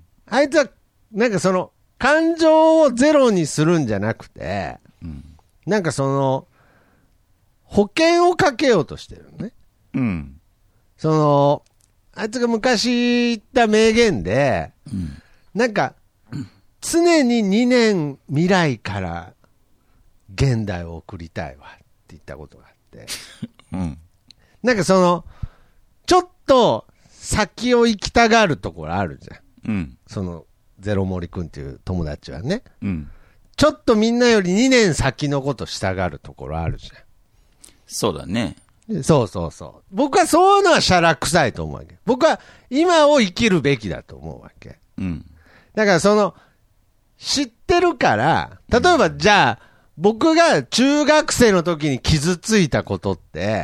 あいつは、なんかその、感情をゼロにするんじゃなくて、 うん、 なんかその、保険をかけようとしてるのね。 うん。 その、あいつが昔言った名言で、 うん、 なんか、常に2年未来から現代を送りたいわって言ったことがあって。 うん、 なんかその、ちょっと先を行きたがるところあるじゃん。 うん、 その、ゼロ森くんっていう友達はね。 うん。 ちょっとみんなより2年先のことしたがるところあるじゃん。 そうだね。 そうそうそう。僕はそういうのはシャラ臭いと思うわけ。僕は今を生きるべきだと思うわけ。 うん。 だからその、知ってるから、例えばじゃあ、僕が中学生の時に傷ついたことって、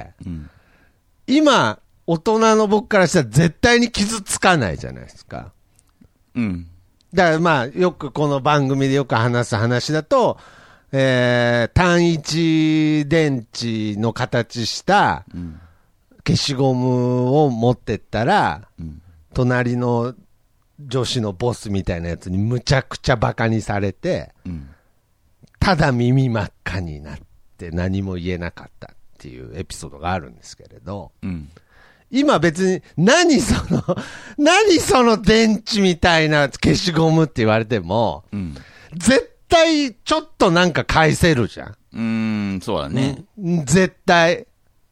うん、 今、大人の僕からしたら絶対に傷つかないじゃないですか。 うん。 だからまあ、よくこの番組でよく話す話だと、単一電池の形した消しゴムを持ってったら、 うん、 隣の女子のボスみたいなやつにむちゃくちゃバカにされて、 うん、ただ耳真っ赤になって何も言えなかったっていうエピソードがあるんですけれど、 うん、 今別に何その電池みたいな消しゴムって言われても、 うん、 絶対ちょっとなんか返せるじゃん。そうだね。 絶対。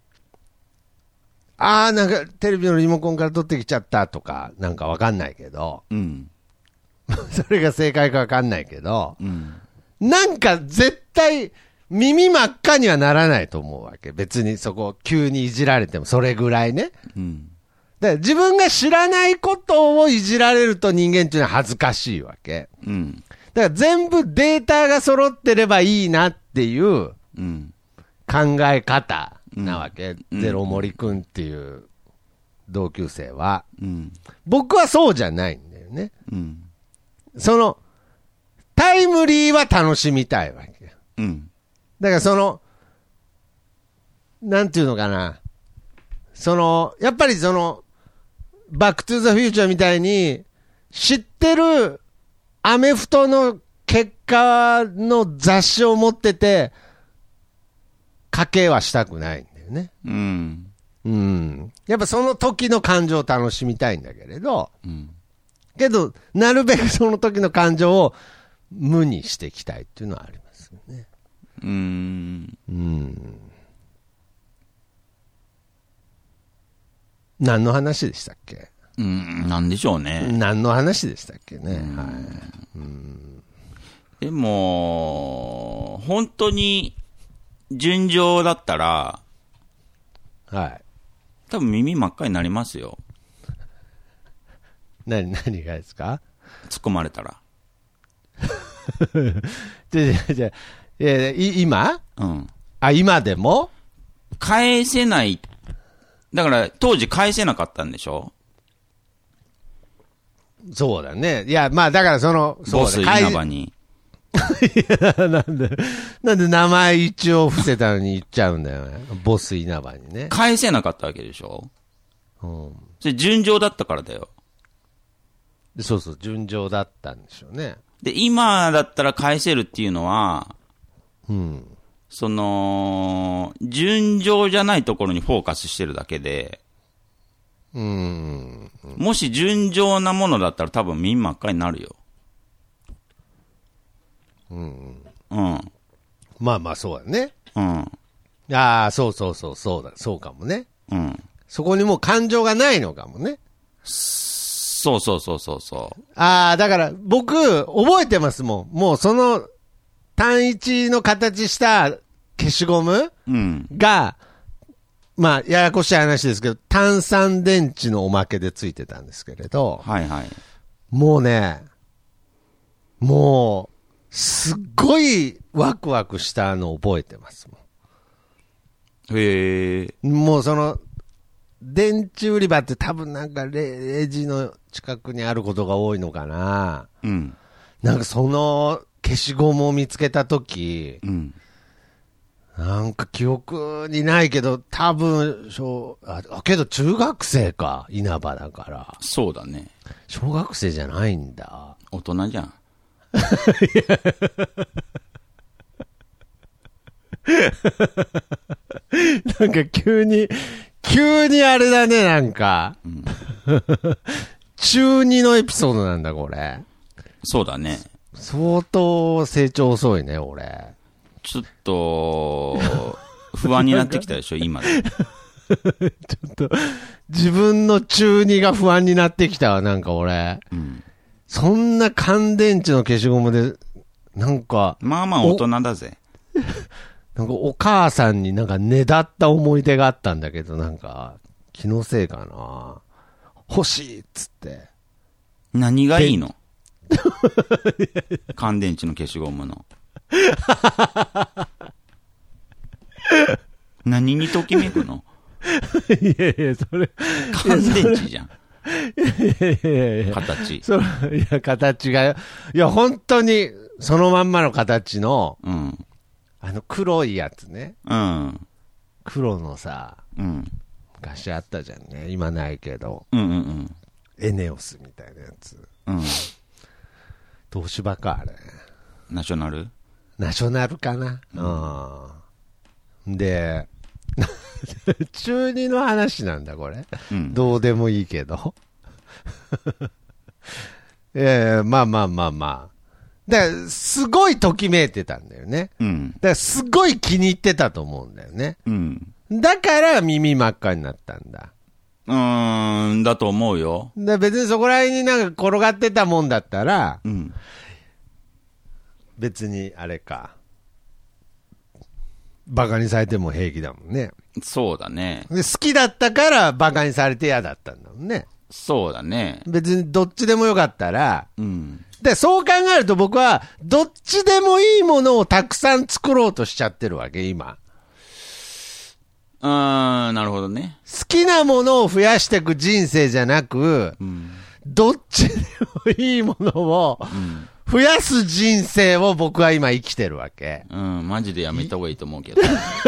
なんかテレビのリモコンから取ってきちゃったとか、なんかわかんないけど、 うん、 それが正解かわかんないけど、 うん、 なんか絶対耳真っ赤にはならないと思うわけ。別にそこ急にいじられてもそれぐらいね。 うん、 だから自分が知らないことをいじられると人間っていうのは恥ずかしいわけ。 うん、 だから全部データが揃ってればいいなっていう考え方なわけ。ゼロ森くんっていう同級生は。僕はそうじゃないんだよね。その、タイムリーは楽しみたいわけ。だからその、なんていうのかな。その、やっぱりその、バックトゥーザフューチャーみたいに、知ってるアメフトの結果の雑誌を持ってて、賭けはしたくないんだよね。やっぱその時の感情を楽しみたいんだけれど、けど、なるべくその時の感情を無にしていきたいっていうのはありますよね。何の話でしたっけ？ なんでしょうね。 何の話でしたっけね。 でも、本当に、純情だったら、 はい。 多分耳真っ赤になりますよ。 何がですか？ 突っ込まれたら。 今？ うん。 今でも？ 返せない。だから、当時返せなかったんでしょ？ そうだね。いや、まあ、だからボス稲葉に。 いや、なんで名前一応伏せたのに言っちゃうんだよね。ボス稲葉にね。 返せなかったわけでしょ？うん。それ純情だったからだよ。 そうそう、純情だったんでしょうね。 で、今だったら返せるっていうのは、 うん。 純情じゃないところにフォーカスしてるだけで、 もし純情なものだったら多分耳真っ赤になるよ。 うん。 うん。 まあまあ、そうだね。 うん。 ああ、そうかもね。 うん。 そこにもう感情がないのかもね。 そう。 ああ、だから僕、覚えてますもん。もう単一の形した消しゴムが、まあ、ややこしい話ですけど、炭酸電池のおまけでついてたんですけれど、 はいはい。 もうね、すっごいワクワクしたのを覚えてますもん。へえ。 もう電池売り場って多分なんかレジの近くにあることが多いのかな。 うん。 なんか消しゴムを見つけたとき、 うん。 なんか記憶にないけど、多分、けど中学生か、稲葉だから。 そうだね。 小学生じゃないんだ。 大人じゃん。 なんか急にあれだね、なんか。うん、中2のエピソードなんだ、これ。 そうだね。 相当成長遅いね、俺。 ちょっと、不安になってきたでしょ、今で。 ちょっと、自分の中2が不安になってきたわ、なんか俺。うん、そんな乾電池の消しゴムで、なんか。 まあまあ大人だぜ。 なんかお母さんになんかねだった思い出があったんだけど、なんか、気のせいかな。欲しいっつって。 何がいいの？乾電池の消しゴムの。何にときめくの？ いやいや、それ。 乾電池じゃん。 いや。 形。 形が。いや、本当に、そのまんまの形の、 うん。 黒いやつね。 うん。 黒のさ、 うん。 昔あったじゃんね。今ないけど。 うんうんうん。 エネオスみたいなやつ。 うん。 東芝か、あれ。 ナショナルかな。うん。で、中2の話なんだ、これ。うん、どうでもいいけど。まあ。だから、すごいときめいてたんだよね。 うん。 だから、すごい気に入ってたと思うんだよね。 うん。 だから、耳真っ赤になったんだ。 だと思うよ。 別にそこら辺になんか転がってたもんだったら、 うん。 別に、あれか。バカにされても平気だもんね。 そうだね。 で、好きだったからバカにされて嫌だったんだもんね。 そうだね。 別にどっちでもよかったら、 うん。 で、そう考えると僕は、どっちでもいいものをたくさん作ろうとしちゃってるわけ、今。 なるほどね。 好きなものを増やしていく人生じゃなく、 うん、 どっちでもいいものを、増やす人生を僕は今生きてるわけ。 うん、マジでやめた方がいいと思うけど。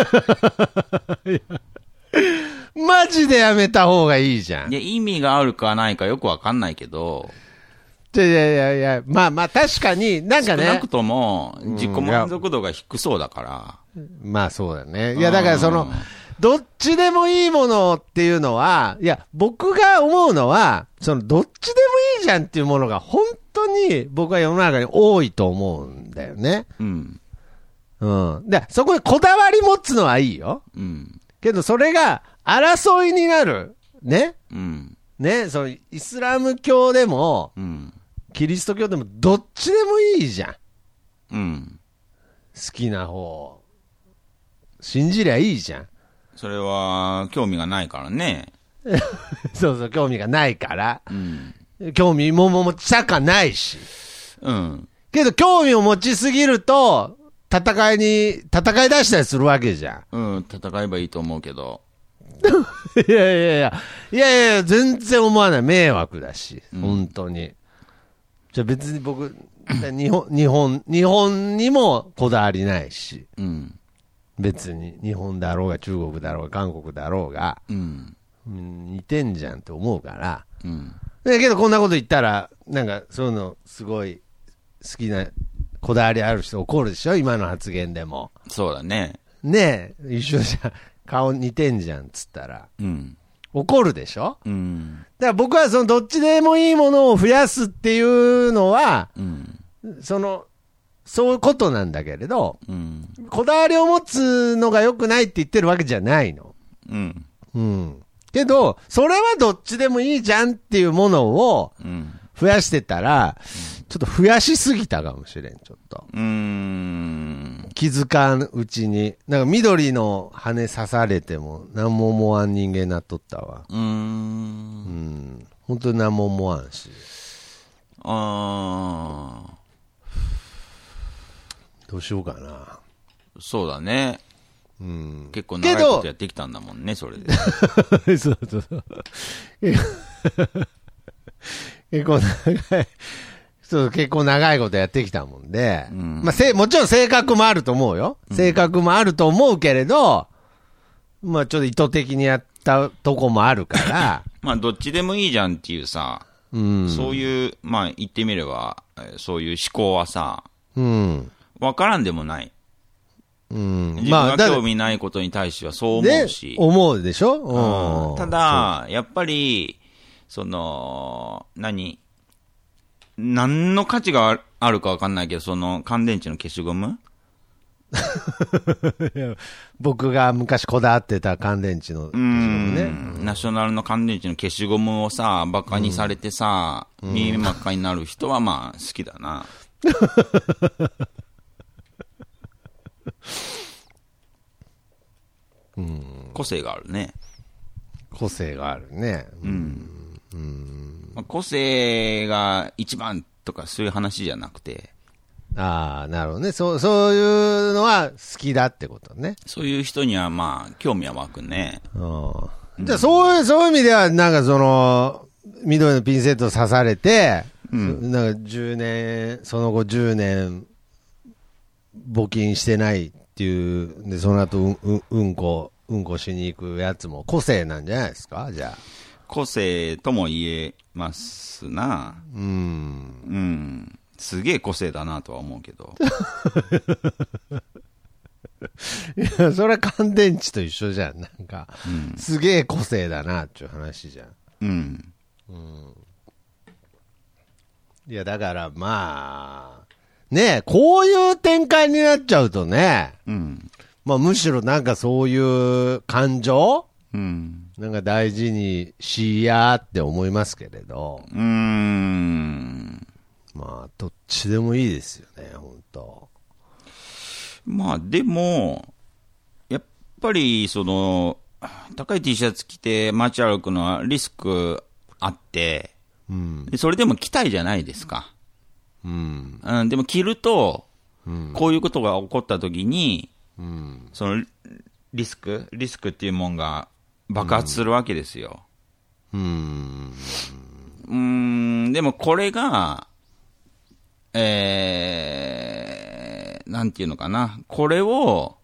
マジでやめた方がいいじゃん。 いや、意味があるかないかよくわかんないけど。 いや、まあ確かに、なんかね。 少なくとも、自己満足度が低そうだから。 まあそうだね。いや、だからどっちでもいいものっていうのは、いや、僕が思うのは、どっちでもいいじゃんっていうものが本当に僕は世の中に多いと思うんだよね。 うん。 うん。で、そこにこだわり持つのはいいよ。 うん。 けどそれが争いになる。ね。 うん。 ね、イスラム教でも、 うん。 キリスト教でもどっちでもいいじゃん。 うん。 好きな方。信じりゃいいじゃん。 それは、興味がないからね。 そうそう、興味がないから。 うん。 興味も持ちたかないし。 うん。 けど、興味を持ちすぎると、戦い出したりするわけじゃん。 うん、戦えばいいと思うけど。 いや、全然思わない。迷惑だし、本当に。じゃあ別に僕、日本にもこだわりないし、 うん、 別に日本だろうが中国だろうが韓国だろうが、似てんじゃんって思うから。だけどこんなこと言ったら、なんかそういうのすごい好きな、こだわりある人怒るでしょ、今の発言でも。 そうだね。 ねえ、一緒じゃん。顔似てんじゃんっつったら。怒るでしょ。だから僕はそのどっちでもいいものを増やすっていうのは、そういうことなんだけれど、こだわりを持つのが良くないって言ってるわけじゃないの。けど、それはどっちでもいいじゃんっていうものを増やしてたら、ちょっと増やしすぎたかもしれん、ちょっと。気づかんうちに。なんか緑の羽刺されても何も思わん人間になっとったわ。本当に何も思わんし。どうしようかな。 そうだね。結構長いことやってきたんだもんね、それで。 そう。結構長い。そう、結構長いことやってきたもんで。まあ、もちろん性格もあると思うよ。性格もあると思うけれど、まあ、ちょっと意図的にやったとこもあるから。 まあ、どっちでもいいじゃんっていうさ、そういう、まあ、言ってみれば、そういう思考はさ、わからんでもない。自分が興味ないことに対してはそう思うし。 思うでしょ。 ただ、やっぱり、何の価値があるかわかんないけど、その乾電池の消しゴム僕が昔こだわってた乾電池の消しゴムね。 ナショナルの乾電池の消しゴムをさ、バカにされてさ、耳真っ赤になる人はまあ好きだな。個性があるね。 個性があるね。 まあ、個性が一番とかそういう話じゃなくて。 ああ、なるほどね。そういうのは好きだってことね。 そういう人にはまあ、興味は湧くね。 じゃあそういう意味では、なんか緑のピンセット刺されて、なんかその後10年、募金してないっていう、で、その後うんこしに行くやつも個性なんじゃないですか、じゃあ。 個性とも言えますな。すげえ個性だなとは思うけど。 いや、それは乾電池と一緒じゃん。なんか、すげえ個性だなっていう話じゃん。いや、だからまあ、ねえ、こういう展開になっちゃうとね、まあむしろなんかそういう感情、なんか大事にしやって思いますけれど。まあ、どっちでもいいですよね、本当。 まあ、でも、やっぱり、高い T シャツ着て街歩くのはリスクあって、でそれでも着たいじゃないですか。でも着ると、こういうことが起こった時に、そのリスクっていうもんが爆発するわけですよ。でもこれが、なんていうのかな。これを、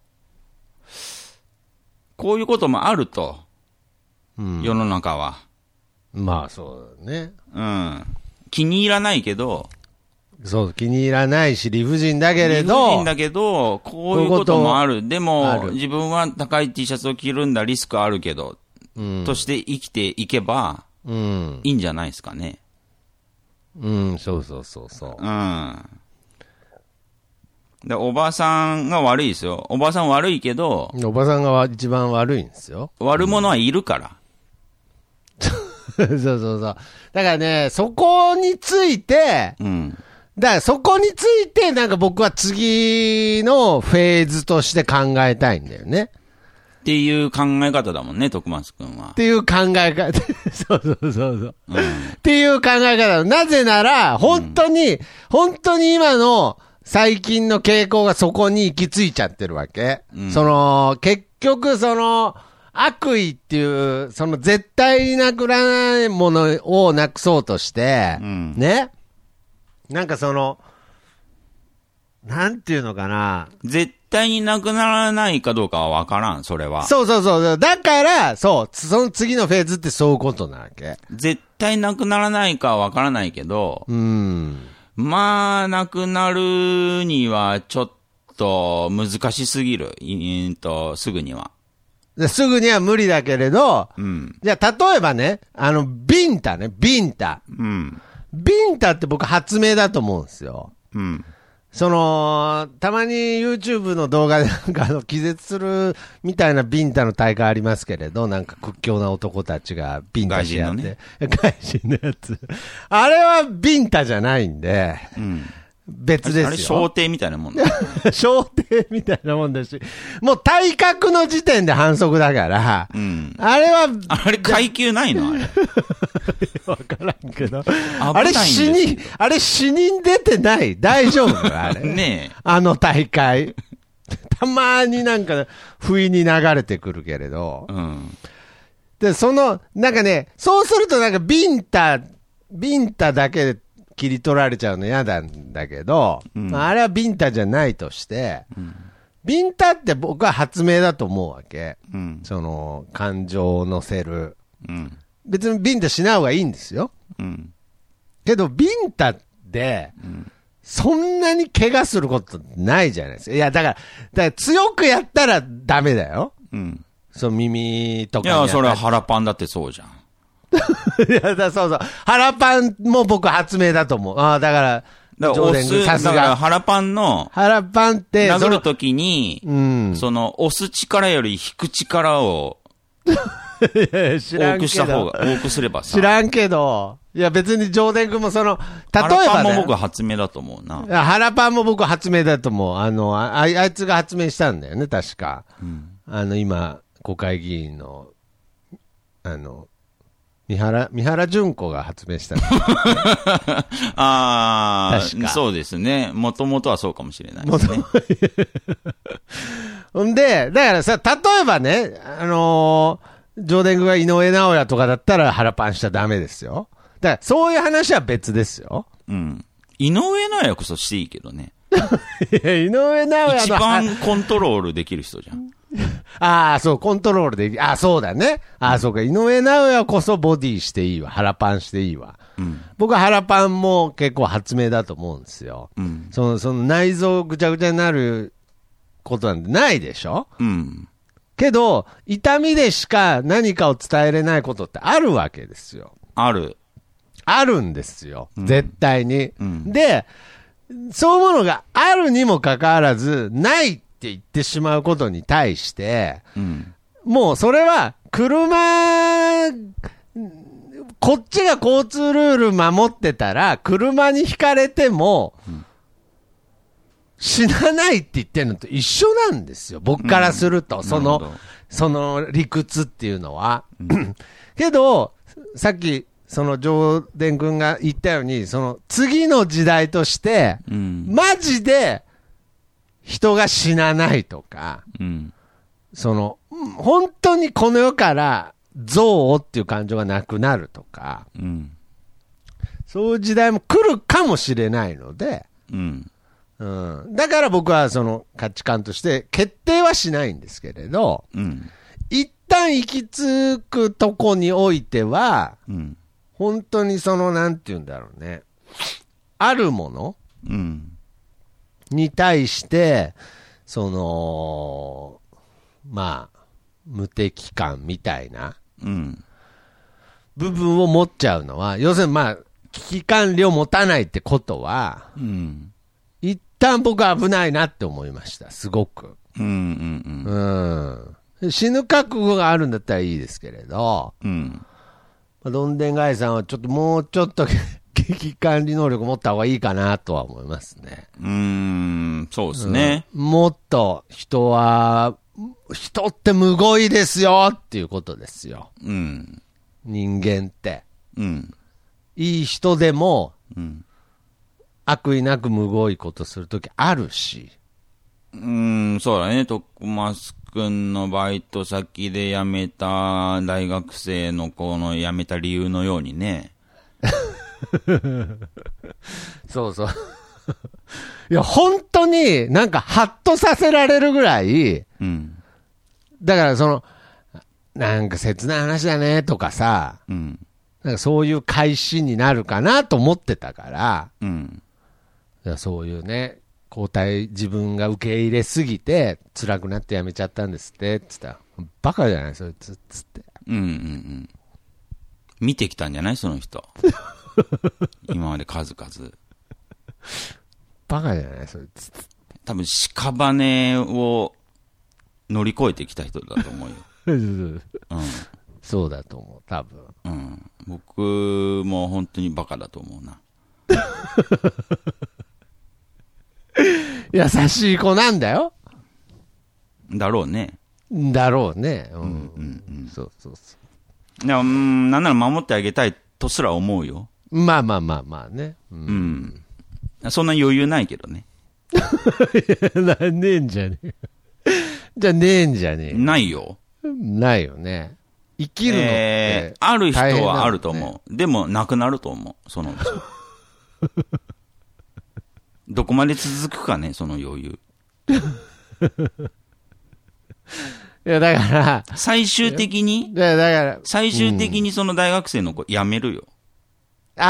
こういうこともあると。世の中は。 まあそうだね。 気に入らないけど。 そう、気に入らないし、理不尽だけれど。 理不尽だけど、こういうこともある。でも、自分は高い T シャツを着るんだ、リスクあるけど、として生きていけば、いいんじゃないですかね。 そう。 で、おばさんが悪いですよ。おばさん悪いけど。 おばさんが一番悪いんですよ。 悪者はいるから。 そう。だからね、そこについて、 だからそこについてなんか僕は次のフェーズとして考えたいんだよね。 っていう考え方だもんね、徳松くんは。 っていう考え方。そうそうそう。っていう考え方。なぜなら、本当に今の最近の傾向がそこに行き着いちゃってるわけ。結局悪意っていう、絶対なくならないものをなくそうとして、ね。なんかなんていうのかな。 絶対になくならないかどうかはわからん、それは。 そう。だから、その次のフェーズってそういうことなわけ。 絶対なくならないかはわからないけど、まあ、なくなるにはちょっと難しすぎる。すぐには。 すぐには無理だけれど、じゃあ例えばね、ビンタ。ビンタって僕発明だと思うんですよ。たまに YouTube の動画でなんか気絶するみたいなビンタの大会ありますけれど、なんか屈強な男たちがビンタし合って。外人のやつ。あれはビンタじゃないんで、別ですよ。 あれ、小艇みたいなもんだ。 小艇みたいなもんだし、もう体格の時点で反則だから、あれは、 あれ階級ないのあれ。 わからんけど。あれ死人出てない？大丈夫あれ。ねえ。あの大会。たまになんか、不意に流れてくるけれど。で、なんかね、そうするとなんかビンタだけで切り取られちゃうの嫌なんだけど、あれはビンタじゃないとして、ビンタって僕は発明だと思うわけ。感情を乗せる。別にビンタしない方がいいんですよ。けど、ビンタで、そんなに怪我することないじゃないですか。いや、だから強くやったらダメだよ。耳とかに。 いや、それは腹パンだってそうじゃん。 いや、そう。腹パンも僕発明だと思う。だから、 さすが。腹パンって、 殴るときに、押す力より引く力を、多くすればさ。 知らんけど。いや別に上田君も例えば、ね。 腹パンも僕発明だと思うな。 腹パンも僕発明だと思う。あいつが発明したんだよね、確か。今、国会議員の、三原淳子が発明したんだ、 ね。そうですね。もともとはそうかもしれないですね。 ほんで、だからさ、例えばね、上田君が井上尚弥とかだったら腹パンしちゃダメですよ。だからそういう話は別ですよ。 井上尚弥こそしていいけどね。 いや、井上尚弥の一番コントロールできる人じゃん。 そう、コントロールで、そうだね。そうか、井上尚弥こそボディしていいわ。腹パンしていいわ。僕は腹パンも結構発明だと思うんですよ。その内臓ぐちゃぐちゃになることなんてないでしょ？けど、痛みでしか何かを伝えれないことってあるわけですよ。あるんですよ。絶対に。で、そういうものがあるにもかかわらず、ないって言ってしまうことに対して、もうそれはこっちが交通ルール守ってたら、車にひかれても、死なないって言ってるのと一緒なんですよ。僕からすると、その理屈っていうのは。けど、さっき、上田君が言ったように、次の時代として、マジで人が死なないとか、本当にこの世から憎悪っていう感情がなくなるとか、そういう時代も来るかもしれないので、だから僕は価値観として決定はしないんですけれど、一旦行き着くとこにおいては、本当になんて言うんだろうね。あるもの、に対して、無敵感みたいな、部分を持っちゃうのは、要するに危機管理を持たないってことは、一旦僕は危ないなって思いました。すごく。死ぬ覚悟があるんだったらいいですけれど、どんでん返しさんはもうちょっと危機管理能力持った方がいいかなとは思いますね。 そうですね。 もっと人ってむごいですよっていうことですよ。人間って。いい人でも、悪意なくむごいことするときあるし。 そうだね。トクマス君のバイト先で辞めた大学生の子の辞めた理由のようにね。 そうそう。いや、本当になんかハッとさせられるぐらい、だからなんか切ない話だねとかさ、なんかそういう開始になるかなと思ってたから、いやそういうね、自分が受け入れすぎて辛くなってやめちゃったんですってつったら、バカじゃないそいつつって。 見てきたんじゃないその人。今まで数々。 バカじゃないそいつ。 多分屍を乗り越えてきた人だと思うよ。 そうだと思う多分。僕も本当にバカだと思うな。 優しい子なんだよ。 だろうね。 そうそうそう。 なんなら守ってあげたいとすら思うよ。 まあね。 そんな余裕ないけどね。 ねえんじゃねえ。じゃあねえんじゃねえ。 ないよ。 ないよね。生きるのって、 ある人はあると思う。でもなくなると思う。そのうち。どこまで続くかね、その余裕。 いや、だから。 最終的にその大学生の子辞めるよ。余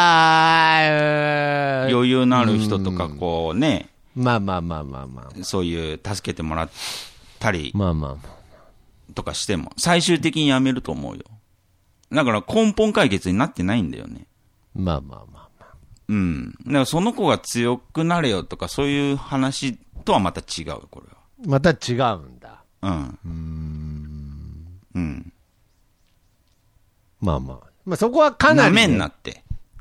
裕のある人とかこうね。 まあ。 そういう助けてもらったり。 まあ。 とかしても、最終的に辞めると思うよ。だから根本解決になってないんだよね。 まあ。 だからその子が強くなれよとかそういう話とはまた違う、これは。 また違うんだ。まあそこはかなり、 なめんなって。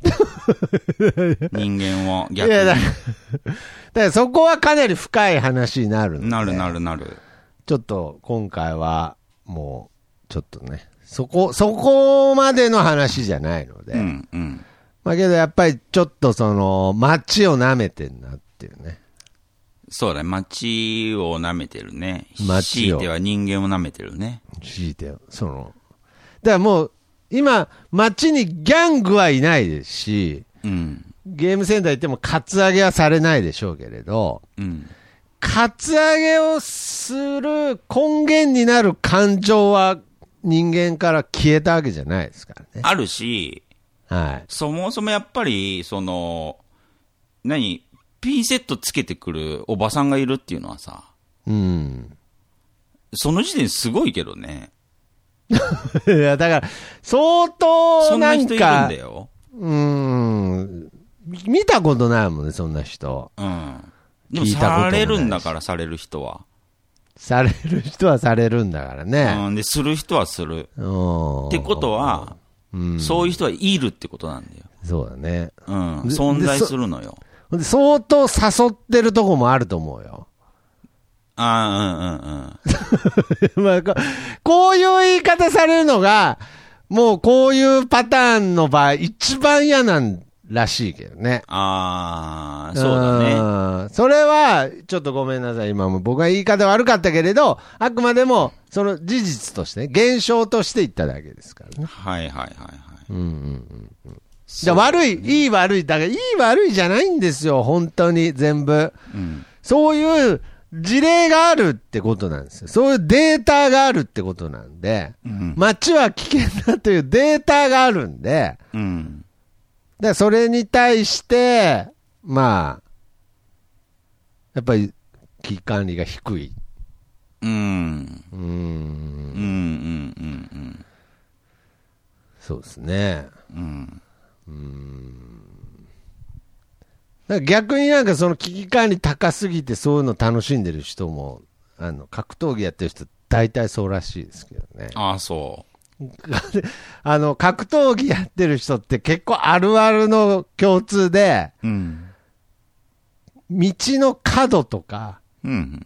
人間を逆に。 だからそこはかなり深い話になるので。 なる。 ちょっと今回はもうちょっとね、そこまでの話じゃないので。まあけどやっぱりちょっと街を舐めてんなっていうね。 そうだね、街を舐めてるね。強いては人間を舐めてるね。 強いてだからもう今街にギャングはいないですし、ゲームセンター行ってもカツアゲはされないでしょうけれど、カツアゲをする根源になる感情は人間から消えたわけじゃないですからね。 あるし、そもそもやっぱりピンセットつけてくるおばさんがいるっていうのはさ、その時点すごいけどね。 いやだから相当なんかそんな人いるんだよ。 見たことないもんねそんな人。 でもされるんだから、される人はされるんだからね。 でする人はする。ってことは、そういう人はいるってことなんだよ。 そうだね。 存在するのよ。 相当誘ってるとこもあると思うよ。まあ、こういう言い方されるのが、もうこういうパターンの場合、一番嫌なんらしいけどね。 そうだね。 それは、ちょっとごめんなさい。今も僕は言い方悪かったけれど、あくまでも、その事実としてね、現象として言っただけですからね。じゃあいい悪い、だからいい悪いじゃないんですよ、本当に全部。そういう事例があるってことなんですよ。そういうデータがあるってことなんで、街は危険だというデータがあるんで、でそれに対して、まあ、やっぱり危機管理が低い。そうですね。だから逆になんかその危機管理高すぎてそういうの楽しんでる人も、格闘技やってる人大体そうらしいですけどね。 そ格闘技やってる人って結構あるあるの共通で、うん、道の角とか、うん、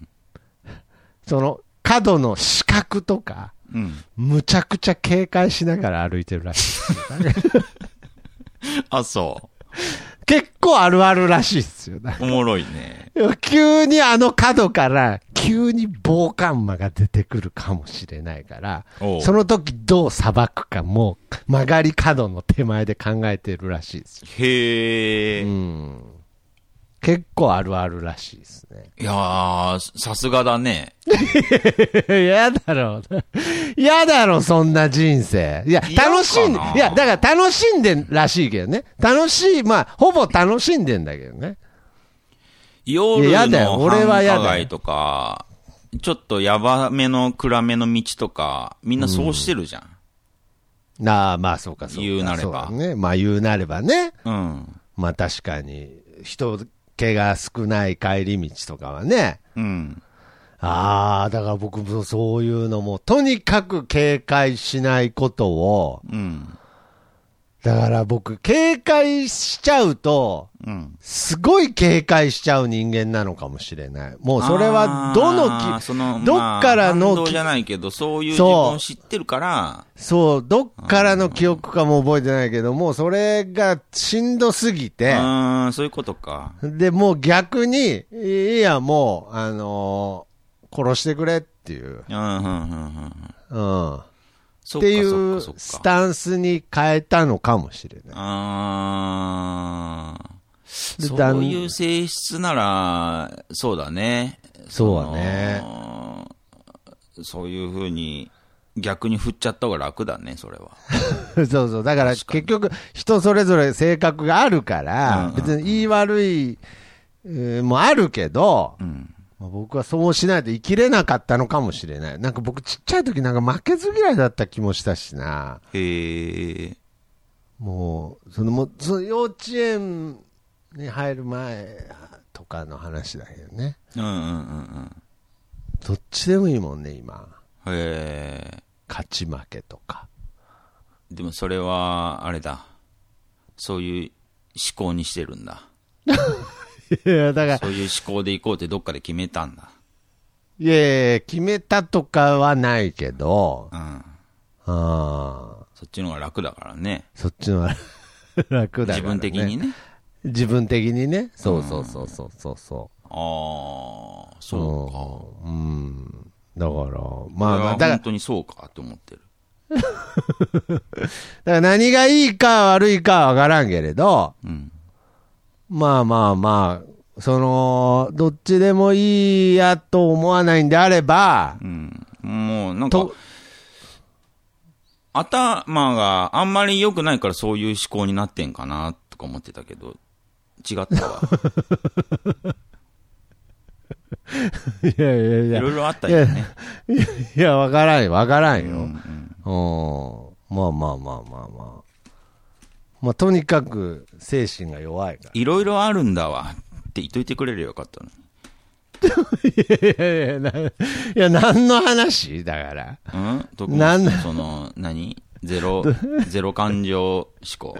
その角の死角とか、うん、むちゃくちゃ警戒しながら歩いてるらしいですよ。 あ、そう。 結構あるあるらしいですよ。 おもろいね。 急に角から急に暴漢魔が出てくるかもしれないから、その時どう裁くかも曲がり角の手前で考えてるらしいですよ。 へー。 うん。結構あるあるらしいですね。 いやー、さすがだね。 やだろ。やだろ、そんな人生。いや、楽しんで、いや、だから楽しんでんらしいけどね。まあ、ほぼ楽しんでんだけどね。 夜の繁華街とか、ちょっとヤバめの暗めの道とか、みんなそうしてるじゃん。 まあ、そうか、そうか。 言うなれば。 ね。まあ、言うなればね。 うん。 まあ、確かに、人気が少ない帰り道とかはね。 うん。 だから僕もそういうのも、とにかく警戒しないことを、うん、だから僕、警戒しちゃうと、うん、すごい警戒しちゃう人間なのかもしれない。もうそれは、どっからの、 反動じゃないけど、そういう自分を知ってるから、 そう、どっからの記憶かも覚えてないけども、それがしんどすぎて、 そういうことか。 で、もう逆に、いや、もう、殺してくれっていう。っていうスタンスに変えたのかもしれない。 そういう性質なら、そうだね。 そうだね。 そういうふうに逆に振っちゃった方が楽だね、それは。 そうそう。だから結局人それぞれ性格があるから、別に言い悪いもあるけど、僕はそうしないと生きれなかったのかもしれない。なんか僕ちっちゃい時なんか負けず嫌いだった気もしたしな。もう、その幼稚園に入る前とかの話だけどね。どっちでもいいもんね、今。勝ち負けとか。 でもそれは、あれだ。そういう思考にしてるんだ。 いや、だからそういう思考でいこうってどっかで決めたんだ。 いや、決めたとかはないけど、 そっちの方が楽だからね。 そっちの方が楽だからね。 自分的にね。 自分的にね。そう。 そうか。 だから、 まあ、本当にそうかって思ってる。 だから何がいいか悪いかは分からんけれど、まあ、どっちでもいいやと思わないんであれば、 もうなんか、頭があんまり良くないからそういう思考になってんかなとか思ってたけど、違ったわ。いろいろあったよね。 いや、わからんよ。まあ、とにかく精神が弱いから。 いろいろあるんだわって言っといてくれればよかったの。 いや、何の話だから。 特にその、ゼロ感情思考。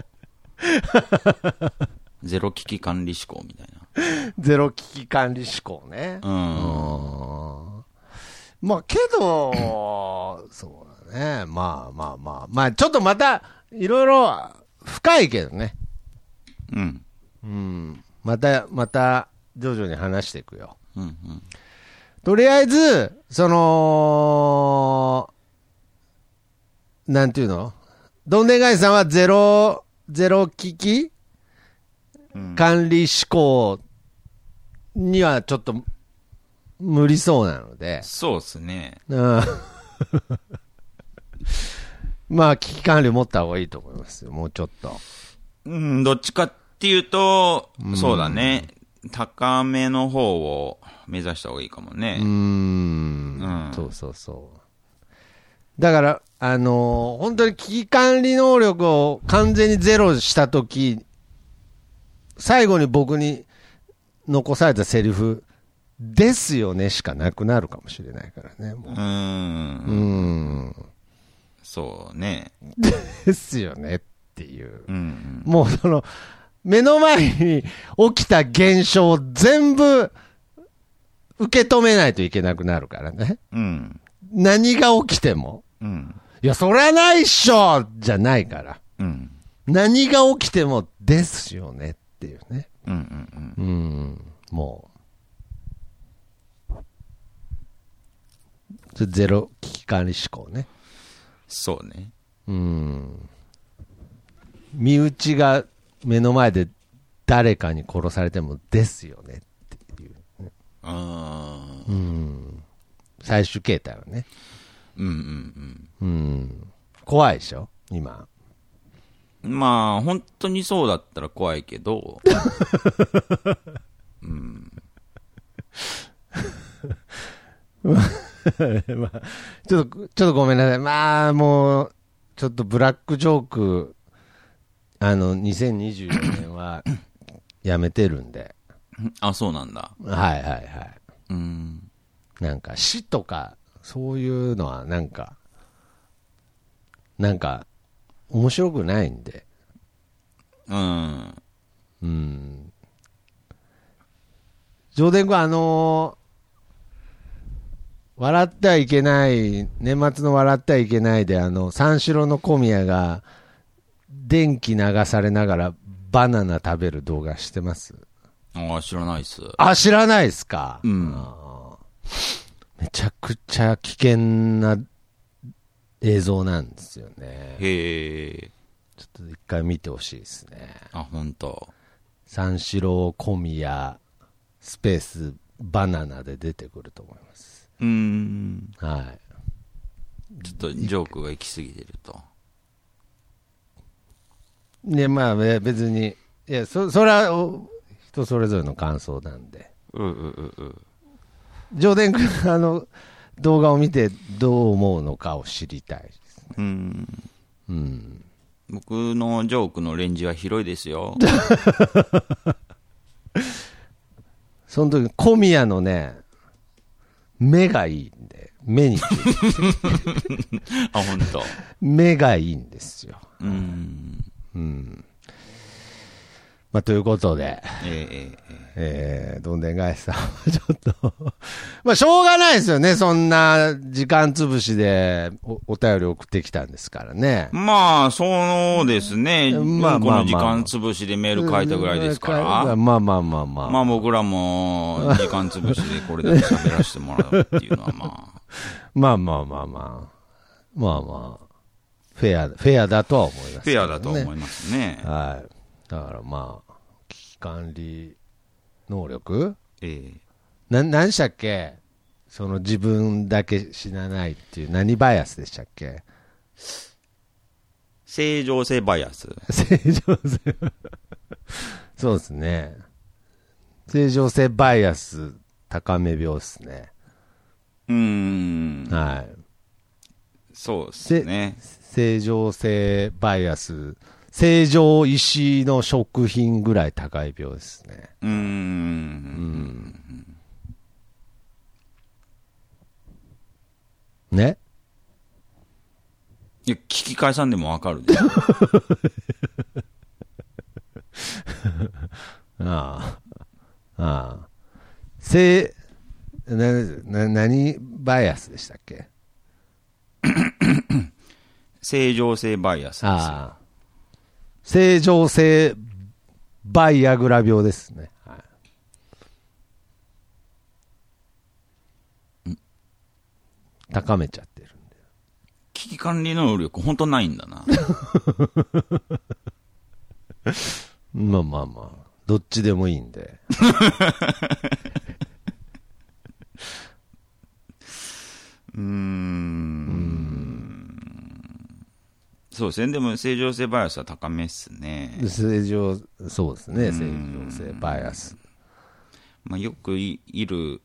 ゼロ危機管理思考みたいな。 ゼロ危機管理思考ね。まあ、けど、そうだね。まあ、ちょっとまた、いろいろ深いけどね。また、徐々に話していくよ。とりあえず、なんていうの？どんでん返しさんはゼロ危機管理思考にはちょっと無理そうなので。 そうですね。 まあ、危機管理を持った方がいいと思いますよ、もうちょっと。 どっちかっていうと、そうだね。高めの方を目指した方がいいかもね。 そう。だから、本当に危機管理能力を完全にゼロしたとき、最後に僕に残されたセリフ、ですよねしかなくなるかもしれないからね。 そうね。 ですよねっていう。 うんうん、もうその、目の前に起きた現象を全部受け止めないといけなくなるからね。 うん。 何が起きても。 うん。 いや、そりゃないっしょじゃないから。 うん。 何が起きてもですよねっていうね。 うんうんうん。うん。 もう。ゼロ危機管理思考ね。 そうね。 身内が目の前で誰かに殺されてもですよねっていう、ね。最終形態はね。怖いでしょ今。 まあ、本当にそうだったら怖いけど。 まあ、ちょっとごめんなさい。まあ、もう、ちょっとブラックジョーク、2024年はやめてるんで。 あ、そうなんだ。 はいはいはい。なんか死とか、そういうのはなんか面白くないんで。上田君笑ってはいけない、年末の笑ってはいけないで、三四郎の小宮が電気流されながらバナナ食べる動画知ってます？ 知らないっす。 知らないっすか？めちゃくちゃ危険な映像なんですよね。 へえ。 ちょっと一回見てほしいですね。 本当。 三四郎小宮スペースバナナで出てくると思います。はい。 ちょっとジョークが行き過ぎてると。 ね、まあ別に、いや、それは人それぞれの感想なんで。上田君動画を見てどう思うのかを知りたいですね。 僕のジョークのレンジは広いですよ。 その時小宮のね、目がいいんで、目について本当。 目がいいんですよ。まあ、ということで、どんでん返しさんはちょっとまあ、しょうがないですよね。そんな時間潰しでお便り送ってきたんですからね。 まあ、そうですね。この時間潰しでメール書いたぐらいですから。まあ僕らも時間潰しでこれだけ喋らせてもらうっていうのはまあ。フェアだとは思います、ね。 フェアだと思いますね。 はい。だから危機管理能力？何したっけ？その自分だけ死なないっていう何バイアスでしたっけ？ 正常性バイアス。 正常性。そうですね。正常性バイアス高め病ですね。はい。 そうですね。 正常性バイアス、成城石井の食品ぐらい高い病ですね。ね？ いや、聞き返さんでもわかるでしょ。 何バイアスでしたっけ？ 正常性バイアスですよ。 正常性バイアグラ病ですね。はい、高めちゃってるんで。 危機管理能力本当ないんだな。 まあどっちでもいいんで。 そうですね。でも正常性バイアスは高めっすね。 そうですね。正常性バイアス。 よくいる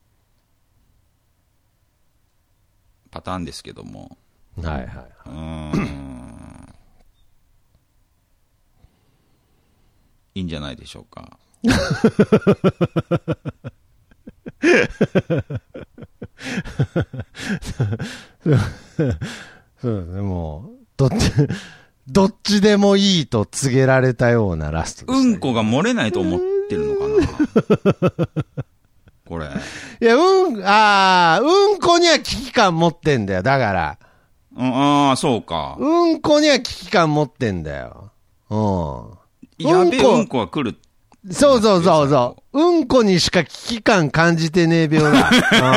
パターンですけども。いいんじゃないでしょうか。 そうね、もう、どっちでもいいと告げられたようなラストでした、ね。 うんこが漏れないと思ってるのかなこれ。 いや、うんこには危機感持ってんだよ、だから。 ああ、そうか。 うんこには危機感持ってんだよ。 やべえうんこが来る。 そうそうそうそう。うんこにしか危機感感じてねえ病だ。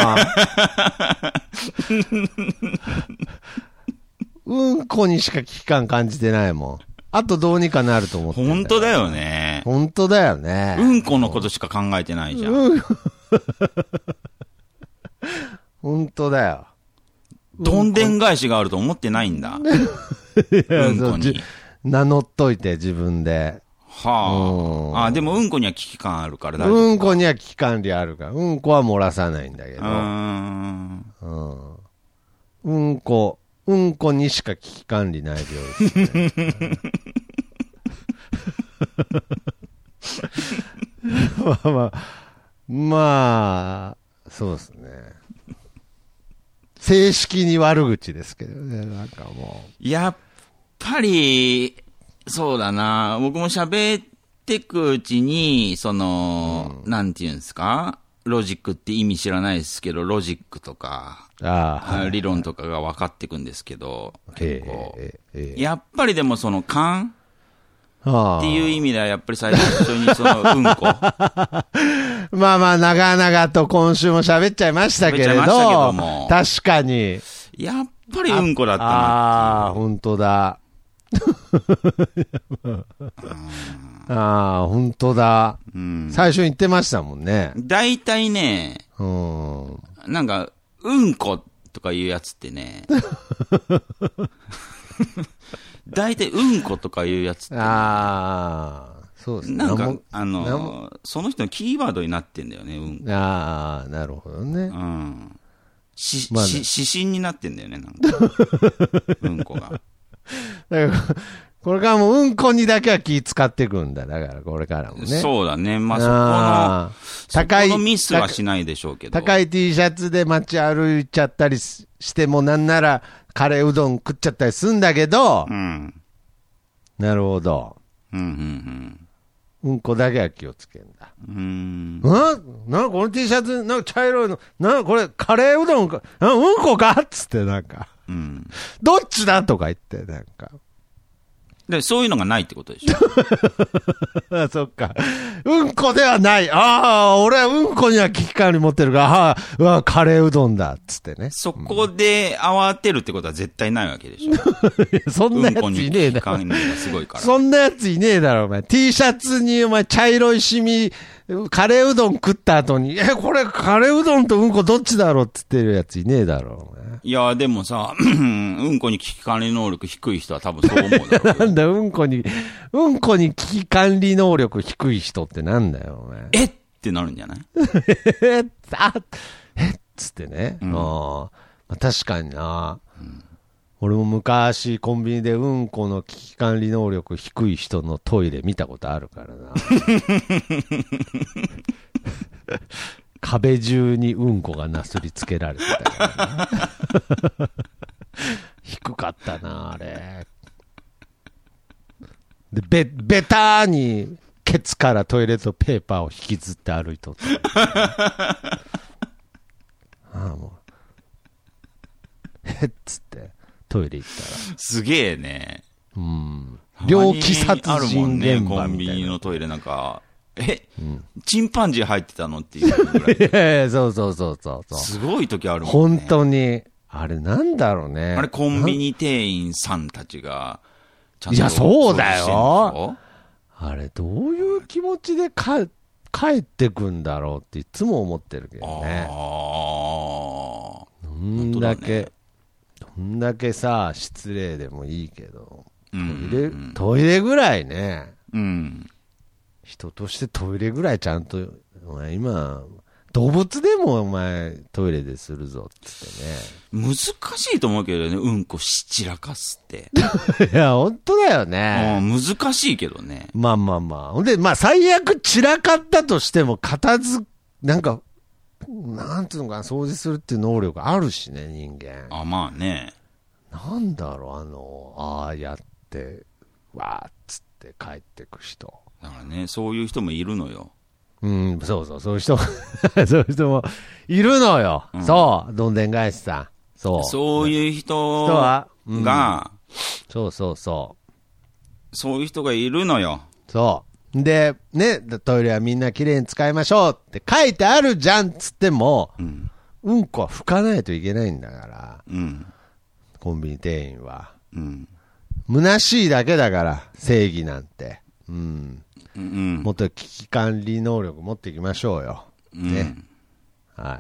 うんこにしか危機感感じてないもん。あとどうにかなると思ってんだよ。 本当だよね。 本当だよね。 うんこのことしか考えてないじゃん。 本当だよ。 どんでん返しがあると思ってないんだ。うんこに。 名乗っといて自分で。 はあ。でもうんこには危機感あるから大丈夫。 うんこには危機管理あるから。うんこは漏らさないんだけど。うんこにしか危機管理ない病です、ね。まあ、そうですね。正式に悪口ですけどね、なんかもう。やっぱり、そうだな、僕も喋ってくうちに、なんていうんですか、ロジックって意味知らないですけど、ロジックとか、理論とかが分かってくんですけど、結構。やっぱりでも勘っていう意味では、やっぱり最初にうんこ。 まあまあ、長々と今週も喋っちゃいましたけれど、確かに。 やっぱりうんこだったな。 ああ、本当だ。本当だ。最初に言ってましたもんね。 大体ね、なんか、うんことかいうやつってね、大体うんことかいうやつって、ね、 そうですね。 なんか、その人のキーワードになってんだよね、うんこ。 なるほどね。 指針になってんだよね、なんか。うんこが。 だからこれからもうんこにだけは気使っていくんだ。だからこれからもね。 そうだね。まあそこのミスはしないでしょうけど。 高い T シャツで街歩いちゃったりしてもなんならカレーうどん食っちゃったりするんだけど。なるほど。うんこだけは気をつけんだ。なんかこの T シャツ、なんか茶色いの、なんかこれカレーうどんか、うんこかっつってなんか。どっちだとか言って、なんか。 で、そういうのがないってことでしょ。そっか。うんこではない。俺はうんこには危機管理持ってるから、カレーうどんだっつってね。 そこで慌てるってことは絶対ないわけでしょ。 そんなやついねえだろ。 うんこに危機管理がすごいから。 そんなやついねえだろ、お前。T シャツにお前茶色いシミ、カレーうどん食った後に、これカレーうどんとうんこどっちだろうっつってるやついねえだろ、お前。 いや、でもさ、うんこに危機管理能力低い人は多分そう思うだろう。 なんだ、うんこに危機管理能力低い人ってなんだよ、お前。 ってなるんじゃないっつってね。確かにな。俺も昔コンビニでうんこの危機管理能力低い人のトイレ見たことあるからな。壁中にうんこがなすりつけられてたからな。低かったな、あれ。で、ベターにケツからトイレットペーパーを引きずって歩いとった。もう。っつって。トイレ行ったら。 すげえね。 猟奇殺人現場みたいな。 ね、コンビニのトイレなんか、チンパンジー入ってたのっていうぐらい。 そう。 すごい時あるもんね。 本当に。あれなんだろうね。 あれコンビニ店員さんたちが、 ちゃんと。いや、そうだよ。あれどういう気持ちで帰ってくんだろうっていつも思ってるけどね。どんだけさ、失礼でもいいけど、トイレぐらいね、人としてトイレぐらいちゃんと、お前今、動物でもお前トイレでするぞってね。難しいと思うけどね、うんこし散らかすって。 いや、本当だよね。 難しいけどね。 まあ。ほんで、最悪散らかったとしても、なんか、なんていうのかな、掃除するっていう能力あるしね、人間。 まあね。 なんだろう、ああやって、わーっつって帰ってく人。 だからね、そういう人もいるのよ。 そういう人そういう人もいるのよ。そう、どんでん返しさん。 そういう人が、そういう人がいるのよ。 そう。で、ね、トイレはみんなきれいに使いましょうって書いてあるじゃんっつっても、うんこは拭かないといけないんだから、コンビニ店員は。虚しいだけだから、正義なんて。もっと危機管理能力持っていきましょうよ。ね。はい。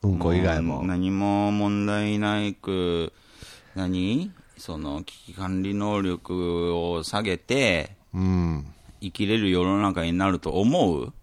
うんこ以外も。 何も問題ないく、その危機管理能力を下げて、生きれる世の中になると思う？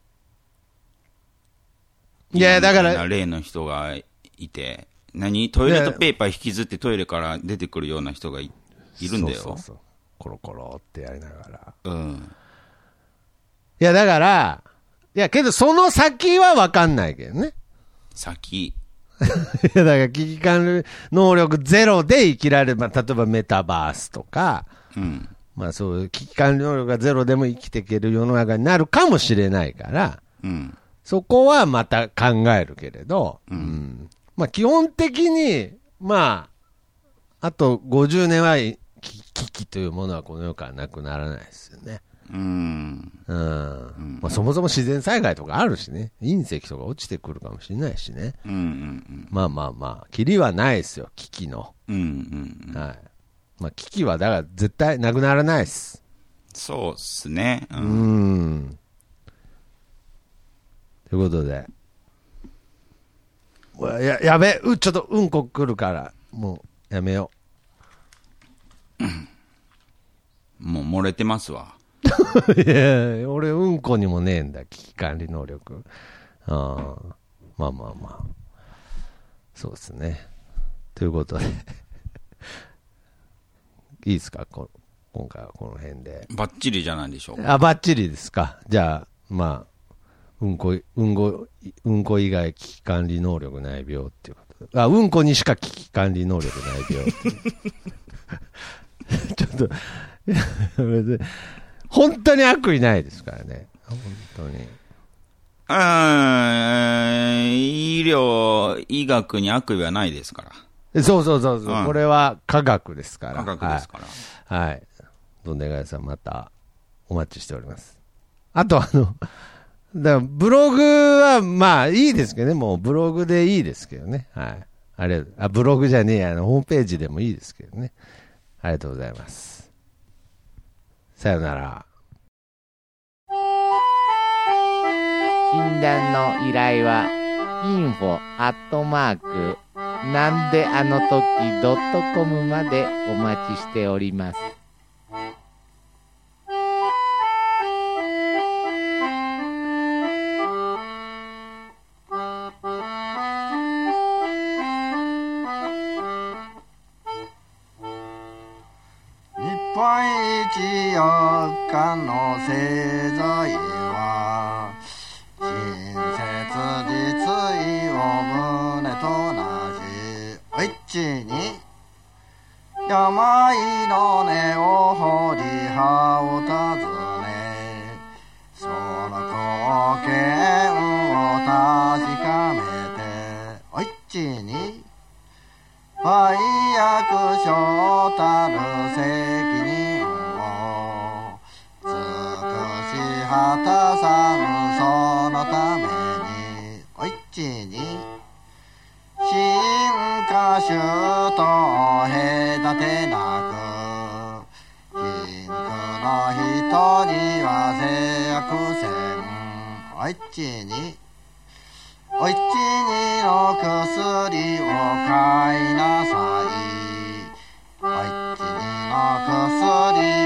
いや、だから。 例の人がいて、トイレットペーパー引きずってトイレから出てくるような人がいるんだよ。そう。 コロコロってやりながら。いや、だから、いや、けどその先は分かんないけどね。 先。 いや、だから危機管理能力ゼロで生きられる、例えばメタバースとか、そういう危機管理能力がゼロでも生きていける世の中になるかもしれないから、そこはまた考えるけれど、基本的に、あと50年は危機というものはこの世からなくならないですよね。そもそも自然災害とかあるしね、隕石とか落ちてくるかもしれないしね。キリはないですよ、危機の。危機はだから絶対なくならないです。 そうっすね。 ということで、やべ、ちょっとうんこ来るから、もうやめよう。もう漏れてますわ。 いや、俺うんこにもねえんだ、危機管理能力。そうですね。ということでいいですか、今回はこの辺で。 バッチリじゃないでしょうか。バッチリですか。じゃあうんこ以外危機管理能力ない病っていうことで。うんこにしか危機管理能力ない病ってちょっと別に本当に悪意ないですからね。本当に。 医学に悪意はないですから。 そう。これは科学ですから。 科学ですから。 はい。どんでんがやさんまたお待ちしております。あとだからブログはいいですけどね。もうブログでいいですけどね。はい。ブログじゃねえホームページでもいいですけどね。ありがとうございます。さよなら。 診断の依頼はinfo@ なんであの時.com までお待ちしております。 日本一4日の製材は親切実意を胸と同じお一に病の根を掘り葉を尋ねその貢献を確かめてお一に売約所たる責任を尽くし果たさぬそのためにお一に進化種と隔てなく貧苦の人には制約せんお一にお一にの薬を買いなさい。お一にの薬